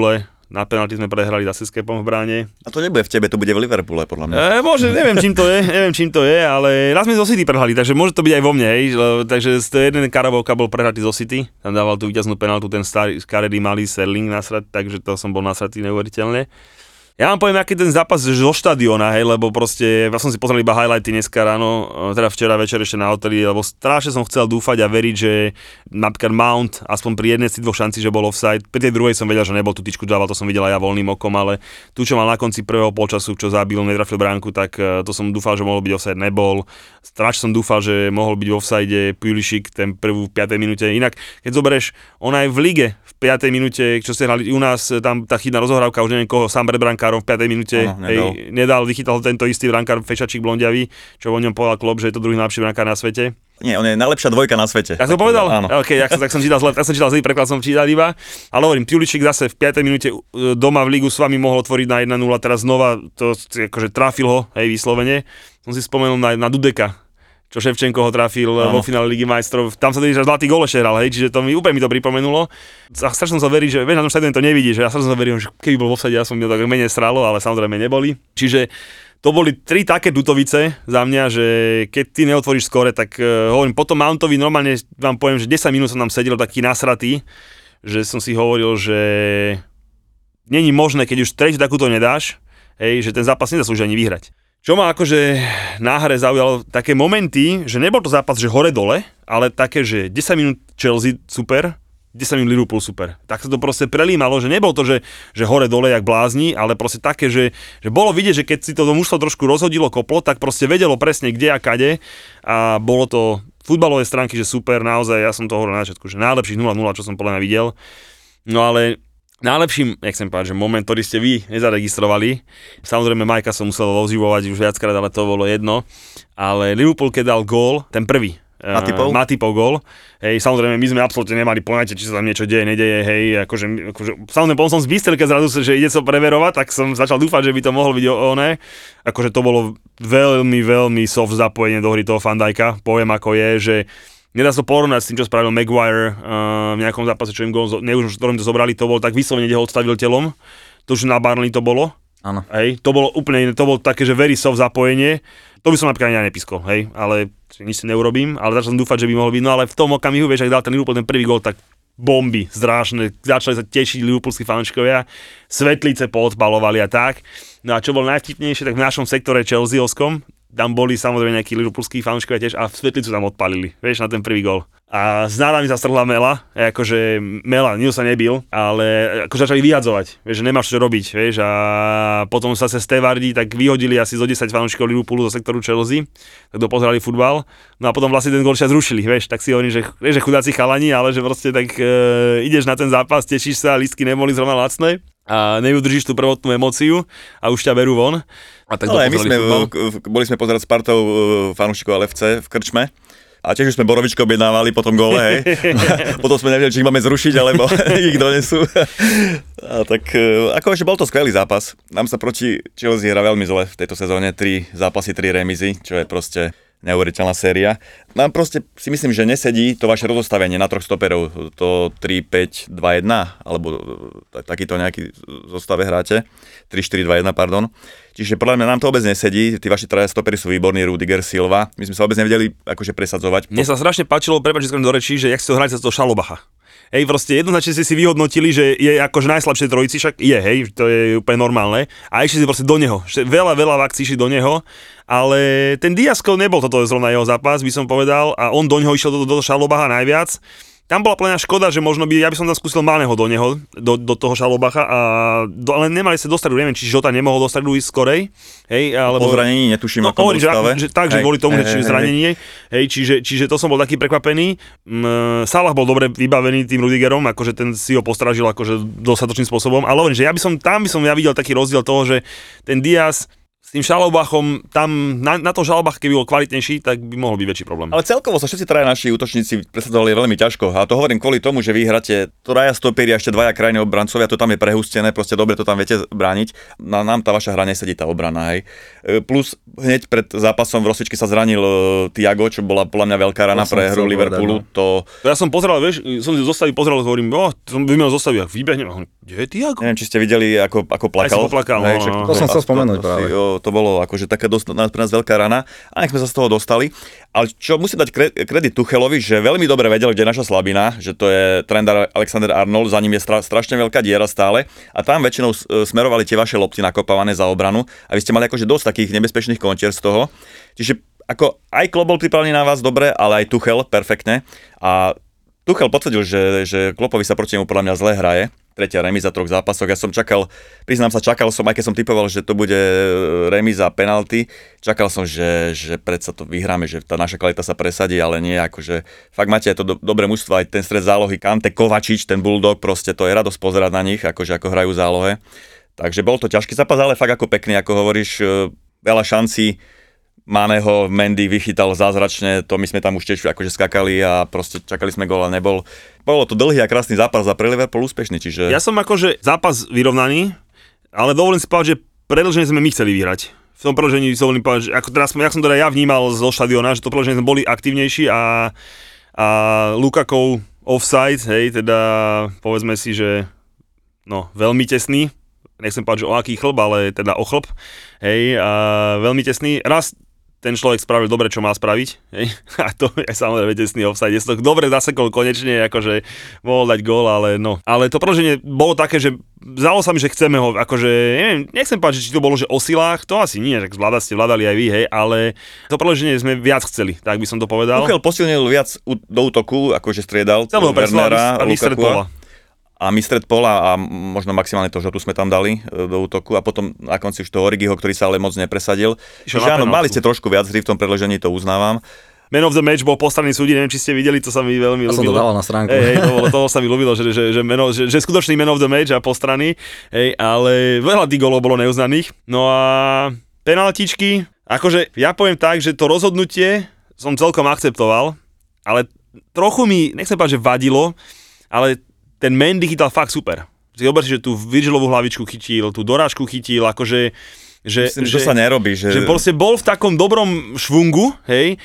Na penalty sme prehrali zase s Kepom v bráne. A to nebude v tebe, to bude v Liverpoole, podľa mňa. E, môže, neviem čím to je, neviem čím to je, ale raz sme zo City prehrali, takže môže to byť aj vo mne, hej. Takže z toho jeden Carabao Cup bol prehratý zo City, tam dával tú víťaznú penaltu ten starý, skaredy malý Sterling nasrať, takže to som bol nasratý neuveriteľne. Ja vám poviem, aký ten zápas zo štadióna, hej, lebo proste, ja som si pozrel iba highlighty dneska ráno, teda včera večer ešte na hoteli, lebo strašne som chcel dúfať a veriť, že napríklad Mount, aspoň pri jednej z dvoch šancí, že bol offside, pri tej druhej som vedel, že nebol, tú tyčku dával, to som videl aj ja voľným okom, ale tu, čo mal na konci prvého polčasu, čo zabil, netrafil bránku, tak to som dúfal, že mohol byť offside, nebol. Strašne som dúfal, že mohol byť v offside Pulisic ten prvú v piatej minúte. Inak, keď zoberieš, on aj v lige v piatej minúte, čo ste hrali u nás, tam tá chybná rozhrávka, už neviem koho, sám pred brankárom v piatej minúte, ano, nedal. Hej, nedal, vychytal tento istý brankár Fešačík blondiavý, čo o ňom povedal Klopp, že je to druhý najlepší brankár na svete. Nie, on je najlepšia dvojka na svete. Ja som povedal? Áno. OK, tak som, tak som čítal zle, tak som čítal zlý preklad, som čítal iba. Ale hovorím, Pulisic zase v piatej minúte doma v ligu s vami mohol otvoriť na jedna nula, teraz znova to akože trafil ho, hej, vyslovene. Som si spomenul na, na Dudeka, čo Ševčenko ho trafil vo finále Ligy majstrov. Tam sa tedy, že zlatý gól ešte hral, hej, čiže to mi úplne mi to pripomenulo. A strašne som sa veriť, že vieš, na tom štadióne to nevidíš, že ja strašne som sa veril, že keby bol vo vsade, ja som mi to tak menej stralo, ale samozrejme neboli. Čiže to boli tri také dutovice za mňa, že keď ty neotvoríš skore, tak uh, hovorím, potom Mountovi normálne vám poviem, že desať minút som tam sedel taký nasratý, že som si hovoril, že není možné, keď už tretí takúto nedáš, hej, že ten zápas nezaslúži ani vyhrať. Čo ma akože na hre zaujalo také momenty, že nebol to zápas, že hore-dole, ale také, že desať minút Chelsea super, desať minút Liverpool super. Tak sa to proste prelímalo, že nebolo to, že, že hore-dole jak blázni, ale proste také, že, že bolo vidieť, že keď si to mužstvo trošku rozhodilo, koplo, tak proste vedelo presne kde a kade a bolo to futbalové stránky, že super, naozaj, ja som to hovoril na začiatku, že najlepších nula nula, čo som podľa mňa videl. No ale najlepším, jak chcem povedať, že moment, ktorý ste vy nezaregistrovali, samozrejme Majka som musel ozývovať už viackrát, ale to bolo jedno, ale Liverpool keď dal gól, ten prvý, Matipov? Uh, Matipov gól. Hej, samozrejme, my sme absolútne nemali poňatie, či sa tam niečo deje, nedeje, hej, akože, akože samozrejme, potom som zbystel, keď zrazu, že ide sa preverovať, tak som začal dúfať, že by to mohlo byť oné. Akože to bolo veľmi, veľmi soft zapojenie do hry toho Van Dijka, poviem ako je, že nedá sa to porovnať s tým, čo spravil Maguire uh, v nejakom zápase, čo im gól, neviem, už ktorom to zobrali, to bolo tak vyslovene, kde ho odstavil telom, to už na Burnley to bolo. Áno. Hej, to bolo úplne iné, to bolo také, že very soft zapojenie, to by som napríklad ani nepiskol, hej, ale nič si neurobím, ale začal som dúfať, že by mohol byť, no ale v tom okamihu, vieš, ak dal ten Liverpool ten prvý gól, tak bomby, zrášne, začali sa tešiť liverpoolskí fanúšikovia, svetlice poodpalovali a tak, no a čo bol najvtipnejšie, tak v našom sektore Chelseaovskom, tam boli samozrejme nejakí liverpoolskí fanúšikovia tiež a svetlicu tam odpalili, vieš, na ten prvý gól. A s nádami sa strhla Mela, akože Mela, nikto sa nebil, ale akože začali vyhadzovať, vieš, že nemáš čo robiť, vieš, a potom sa sa Stevardi tak vyhodili asi zo desať fanúšikov Liverpoolu zo sektoru Chelsea, tak dopozerali futbal, no a potom vlastne ten gól ešte zrušili, vieš, tak si hovorím, že, vieš, že chudáci chalani, ale že proste tak e, ideš na ten zápas, tešíš sa, lístky neboli zrovna lacné a neudržíš tú prvotnú emóciu a už ťa berú von. A tak ale my sme, v, boli sme pozerať s partou fanúšikov el ef cé v krčme. A tiež už sme borovičko objednávali po tom góle, hej. Potom sme nevedeli, či ich máme zrušiť, alebo ich donesú. A tak akože bol to skvelý zápas. Nám sa proti Chelsea hrá veľmi zle v tejto sezóne. Tri zápasy, tri remízy, čo je proste neuveriteľná séria. Nám proste si myslím, že nesedí to vaše rozostavenie na troch stoperov. To tri päť dva jeden, alebo takýto nejaký zostave hráte. tri štyri dva jeden, pardon. Čiže podľa mňa nám to vôbec nesedí. Tí vaši traja stopery sú výborní, Rudiger, Silva. My sme sa vôbec nevedeli akože presadzovať. Mne sa strašne páčilo, prepáč, že skôr do rečí, že jak ste ho hrali sa toho Šalobacha. Hej, proste jednoznačne ste si vyhodnotili, že je akože najslabšie trojici, však je, hej, to je úplne normálne. A išli si proste do neho. Veľa, veľa akcií išli do neho, ale ten Diasko nebol toto zrovna jeho zápas, by som povedal, a on do neho išiel do, do, do Šalobacha najviac. Tam bola plná škoda, že možno by, ja by som tam skúsil Maného do neho, do, do toho Šalobacha, a do, ale nemali sa dostať, neviem, či Žota nemohol dostať Luis skorej, hej, alebo... Po zranení, netuším, no, ako bol v stave. Že, tak, že kvôli tomu, hej, že hej, zranenie, hej, čiže, čiže to som bol taký prekvapený. Mm, Salah bol dobre vybavený tým Rudigerom, akože ten si ho postražil akože dostatočným spôsobom, ale hovorím, že ja by som, tam by som ja videl taký rozdiel toho, že ten Diaz s tým Schalobachom, tam na, na to Schalobach, keby bol kvalitnejší, tak by mohol byť väčší problém. Ale celkovo sa všetci traja naši útočníci presadzovali veľmi ťažko. A to hovorím kvôli tomu, že vy hráte traja stoperi a ešte dvaja krajní obrancovia, to tam je prehustené, proste dobre to tam viete brániť. Na nám tá vaša hra nesedí, tá obrana, hej. Plus hneď pred zápasom v rozcvičke sa zranil Thiago, čo bola podľa mňa veľká rana pre hru Liverpoolu. To... to ja som pozeral, vieš, som si zostaví pozeral, hovorím, oh, som vymenil zostaví, ak vybehnem, kde je Thiago? Neviem, či ste videli, ako, ako plakal. Aj si poplakal, hej, no, však, no, to som chcel spomenúť práve. Jo, to bolo akože taká dosť, pre nás veľká rana a nech sme sa z toho dostali. Ale čo musím dať kredit Tuchelovi, že veľmi dobre vedel, kde je naša slabina, že to je tréner Alexander Arnold, za ním je stra, strašne veľká diera stále a tam väčšinou smerovali tie vaše lopty nakopávané za obranu a vy ste mali akože dosť takých nebezpečných kontier z toho. Čiže ako aj Klopp bol pripravený na vás dobre, ale aj Tuchel perfektne a Tuchel potvrdil, že, že Kloppovi sa proti nemu podľa mňa zle hraje. Tretia remíza, troch zápasoch. Ja som čakal, priznám sa, čakal som, aj keď som typoval, že to bude remíza penalty, čakal som, že, že predsa to vyhráme, že tá naša kvalita sa presadí, ale nie, akože fakt máte aj to do, dobré mužstvo, aj ten stred zálohy, Kante, Kovačič, ten Bulldog, proste to je radosť pozerať na nich, akože ako hrajú zálohe. Takže bol to ťažký zápas, ale fakt ako pekný, ako hovoríš, veľa šancí. Maného Mendy vychytal zázračne, to my sme tam už tiež akože skakali a proste čakali sme gól a nebol. Bolo to dlhý a krásny zápas a pre Liverpool úspešný, čiže... Ja som akože zápas vyrovnaný, ale dovolím si povedať, že predĺženie sme my chceli vyhrať. V tom predĺžení si dovolím povedať, že ako teraz, jak som teda ja vnímal zo štadióna, že to predĺženie sme boli aktívnejší a, a Lukakov offside, hej, teda povedzme si, že no, veľmi tesný. Nechcem povedať, že o aký chlb, ale teda o chlb, hej, a veľmi tesný. Raz ten človek spravil dobre, čo má spraviť, hej, a to je samozrejme tesný offside. Je to dobre zasekol konečne, akože mohol dať gól, ale no. Ale to predĺženie bolo také, že zdalo sa mi, že chceme ho, akože, neviem, nechcem povedať, či to bolo, že o silách, to asi nie, že vládať ste vládali aj vy, hej, ale to predĺženie sme viac chceli, tak by som to povedal. Tuchel posilnil viac do útoku, akože striedal Wernera, Lukaku. A my stred pola a možno maximálne to, že tu sme tam dali do útoku a potom na konci už toho Origiho, ktorý sa ale moc nepresadil. Čiže áno, mali ste trošku viac hry v tom predĺžení, to uznávam. Man of the match bol po strane súdi, neviem, či ste videli, to sa mi veľmi ľúbilo. Ja som to dával na stránku. Hej, hej, to, bolo, to sa mi ľúbilo, že, že, že, meno, že, že skutočný man of the match a po strany, hej, ale veľa tých golov bolo neuznaných. No a penaltičky, akože ja poviem tak, že to rozhodnutie som celkom akceptoval, ale trochu mi, nechcem povedať, že vadilo, ale ten Mendy chytal fakt super. Si oberte, že tú Virgilovú hlavičku chytil, tú dorážku chytil, akože... Že, Myslím, že, že to sa nerobí. Že... že proste bol v takom dobrom švungu, hej,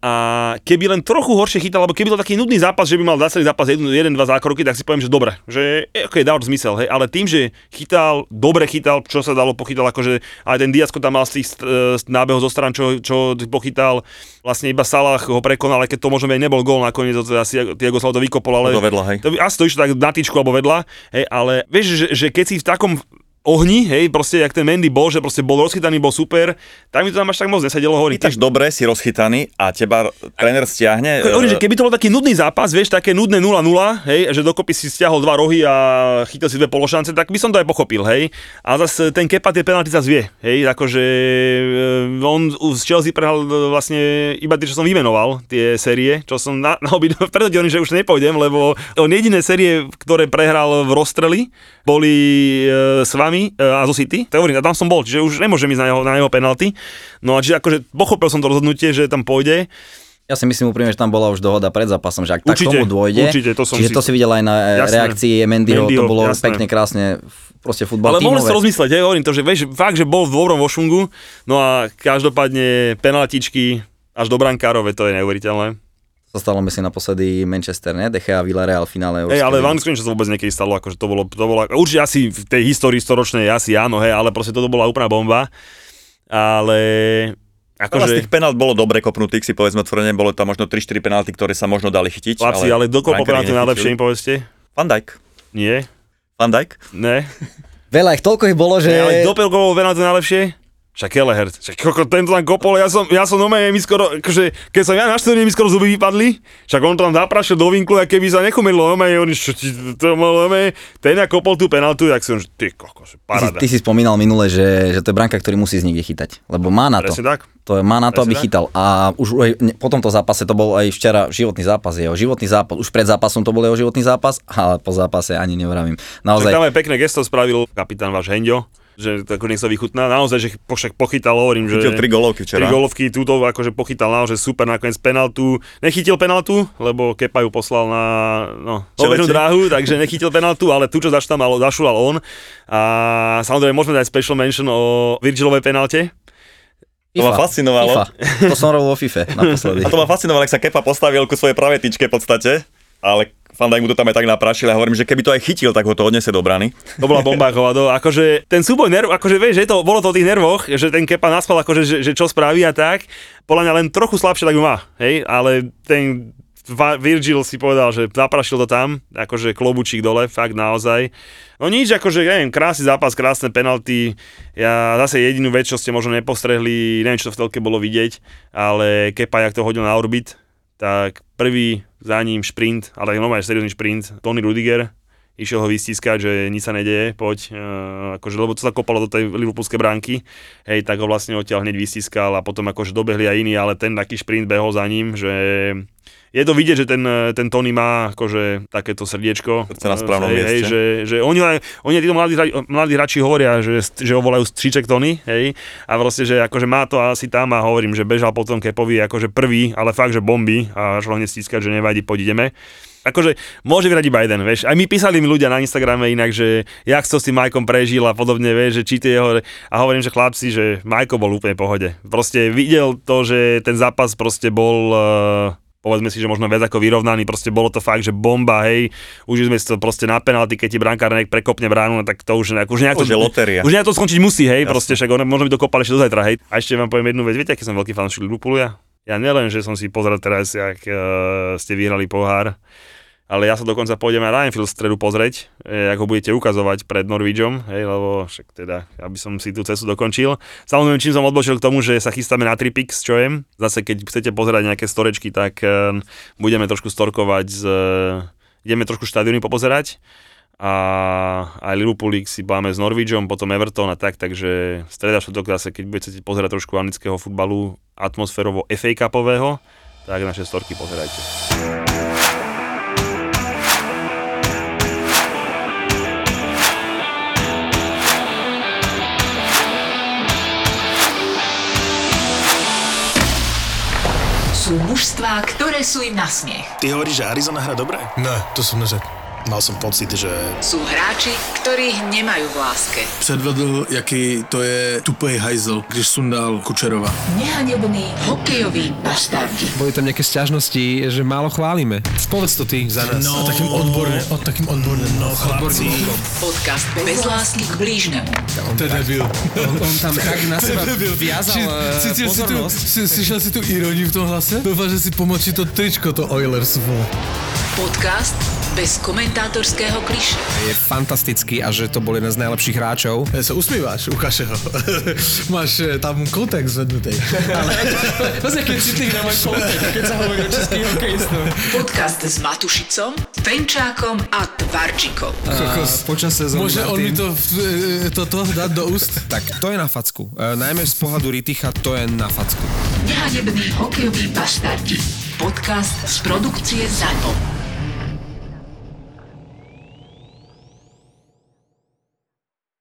a keby len trochu horšie chytal, alebo keby to taký nudný zápas, že by mal za celý zápas jeden, jeden, dva zákroky, tak si poviem, že dobre, že ok, dal zmysel, hej, ale tým, že chytal, dobre chytal, čo sa dalo, pochytal, akože aj ten Diazko tam mal z tých uh, nábehov zo stran, čo, čo pochytal, vlastne iba Salah ho prekonal, ale keď to možno aj nebol gól, nakoniec to asi Thiago Silva to vykopol, ale... To vedľa, hej. To, asi to išlo tak na tyčku alebo vedľa, hej, ale vieš, že, že keď si v takom ohni, hej, proste, jak ten Mendy bol, že proste bol rozchytaný, bol super, tak mi to tam až tak moc nesedelo, hovorím. Chytáš dobre, si rozchytaný a teba tréner stiahne. Hovorím, že keby to bol taký nudný zápas, vieš, také nudné nula nula, hej, že dokopy si stiahol dva rohy a chytil si dve pološance, tak by som to aj pochopil, hej. A zase ten Kepa tie penalty zase vie, hej, akože on z Chelsea prehral vlastne iba tie, čo som vymenoval, tie série, čo som na, na obi predvedel, že už nepôjdem, lebo on jediné série, ktoré prehral v rozstreli, boli e, s vami e, a zo City, tak hovorím, a tam som bol, čiže už nemôžem ísť na jeho, na jeho penalty. No a čiže akože pochopil som to rozhodnutie, že tam pôjde. Ja si myslím úprimne, že tam bola už dohoda pred zápasom, že ak určite, tak tomu dôjde, určite, to som čiže si... to si videl aj na jasné, reakcii Mendyho, to bolo jasné. Pekne, krásne, proste futbal ale tímové. mohli si to rozmyslieť, hej, hovorím to, že vieš, fakt, že bol v dobrom vošungu, no a každopádne penaltičky až do brankárove, to je neuveriteľné. To stalo myslím naposledy Manchester, ne? De Gea, Villarreal v finále. Hej, ale v Anglicku sa vôbec niekedy stalo, akože to bolo, to bolo, určite asi v tej histórii storočnej, asi áno, hej, ale proste toto bola úplná bomba, ale... Akože... Z tých penalt bolo dobre kopnutých, si povedzme otvorene, bolo tam možno tri štyri penalty, ktoré sa možno dali chytiť. Chlapci, ale, ale dokopol penalty najlepšie, im povedzte? Van Dijk. Nie. Van Dijk? Ne. Veľa ich, toľko ich bolo, že... Ne, ale dokopol penalty najlepšie? Však Kelleher, však koko, tento tam kopol, ja som, ja som nomé, mi skoro, akože, keď som ja na štúdiu, mi skoro zuby vypadli, však on to tam zaprašil do vinklu, a keby sa nechumerilo, nomé, on čo ti, to nomé, ten ja kopol tú penaltu, tak som, že ty koko, že paráda. Ty, ty si spomínal minule, že, že to je branka, ktorý musí z niekde chytať, lebo má na to. Presne tak. To je, má na to, Presne aby tak. chytal. A už aj po tomto zápase, to bol aj včera životný zápas, jeho životný zápas, už pred zápasom to bol jeho životný zápas, ale po zápase ani nevravím. Naozaj. Tak tam aj pekné gesto spravil kapitán váš Henďo. že to ako nech sa vychutná. Naozaj, že však pochytal, hovorím, že... Chytil tri golovky včera. Tri golovky, túto akože pochytal naozaj super, nakoniec penaltu. Nechytil penaltu, lebo Kepa ju poslal na no, obežnú dráhu, takže nechytil penaltu, ale tu, čo zaštamal, zašulal on. A samozrejme, môžeme dať special mention o Virgilovej penalte. To ma fascinovalo. FIFA. To som robil vo FIFA naposledy. A to ma fascinovalo, ak sa Kepa postavil ku svojej pravej tyčke v podstate, ale Van Dijk mu to tam aj tak naprašil a hovorím, že keby to aj chytil, tak ho to odniesie do brany. To bola bomba, hovado. Akože ten súboj nerv, akože vieš, že to bolo to o tých nervoch, že ten Kepa naspal, akože, že, že čo spraví a tak. Podľa mňa len trochu slabšie tak ju má, hej, ale ten Virgil si povedal, že zaprašil to tam, akože klobučík dole, fakt naozaj. No nič, akože, neviem, krásny zápas, krásne penalty. Ja zase jedinú vec, čo ste možno nepostrehli, neviem, čo to v telke bolo vidieť, ale Kepa, jak to hodil na orbit, tak prvý za ním šprint, ale normálne seriózny šprint, Tony Rudiger, išiel ho vystískať, že nič sa nedeje, poď, uh, akože, lebo to sa kopalo do tej liverpoolskej bránky, hej, tak ho vlastne odtiaľ hneď vystískal a potom akože dobehli aj iní, ale ten taký šprint behol za ním, že je to vidieť, že ten, ten Tony má akože takéto srdiečko. Chce na správnom hej, mieste. Hej, že, že oni, oni títo mladí, mladí hráči hovoria, že, že ho volajú stříček Tony, hej, a proste, že akože má to asi tam a hovorím, že bežal potom Kepovi akože prvý, ale fakt, že bomby a šlo hneď stískať, že nevadí, poď ideme. Akože môže vyhrať iba jeden, vieš. Aj mi písali mi ľudia na Instagrame inak, že jak to s tým Majkom prežil a podobne, vieš, že či tie jeho... A hovorím, že chlapci, že Majko bol úplne v pohode. Proste videl to, že ten zápas proste bol... Uh, povedzme si, že možno viac ako vyrovnaný, proste bolo to fakt, že bomba, hej, už sme si to proste na penalty, keď ti brankár nejak prekopne bránu, tak to už nejak, už nejak to, už nejak to skončiť musí, hej, jasne. Proste však on, možno by to kopali ešte do zajtra, hej. A ešte vám poviem jednu vec, viete, aký som veľký fanúšik Liverpoolu ja? Ja nielen, že som si pozrel teraz, jak uh, ste vyhrali pohár, ale ja sa dokonca pôjdem aj na Anfield v stredu pozrieť, eh, ako budete ukazovať pred Norwichom, hej, lebo však teda, aby som si tú cestu dokončil. Samozrejme, čím som odbočil k tomu, že sa chystáme na Tripix, čo je, zase keď chcete pozerať nejaké storečky, tak eh, budeme trošku storkovať, z, eh, ideme trošku štadióny popozerať a aj Liverpool League si máme s Norwichom, potom Everton a tak, takže streda štvrtok zase, keď budete pozerať trošku anglického futbalu atmosférovo ef á Cupového, tak naše storky pozerajte. Sú mužstvá, ktoré sú im na smiech. Ty hovoríš, že Arizona hrá dobre? Ne, to som neřekl. Mal som pocit, že... Sú hráči, ktorých nemajú v láske. Předvedl, jaký to je tupej hajzel, když sundal Kučerova. Nehanebný hokejoví bastardi. Boli tam nejaké sťažnosti, že málo chválime. Povedz to ty za nás. No, a takým odborne, o takým odborným, no chlapci. Podcast bez lásky k blížnemu. To je debil. On, on tam tak na seba viazal Cítil si tu, pozornosť. si, slyšel si tu iróniu v tom hlase? Dúfam, že si pomočí to tričko, to Oilers. Podcast bez komentátorského kliše. Je fantastický a že to bol jeden z najlepších hráčov. Ja sa usmíváš, ukáže ho. Máš e, tam kontext zvednutý. Ale to je keď citlivý na môj kontext, keď sa hovorí o českých hokejistov. Podcast s Matušicom, Fenčákom a Tvarčikom. Počas sezóny. Môže on mi Martin. to, e, toto dať do úst? Tak to je na facku. E, najmä z pohľadu Riticha to je na facku. Nehanební hokejoví bastardi. Podcast z produkcie ZAPO.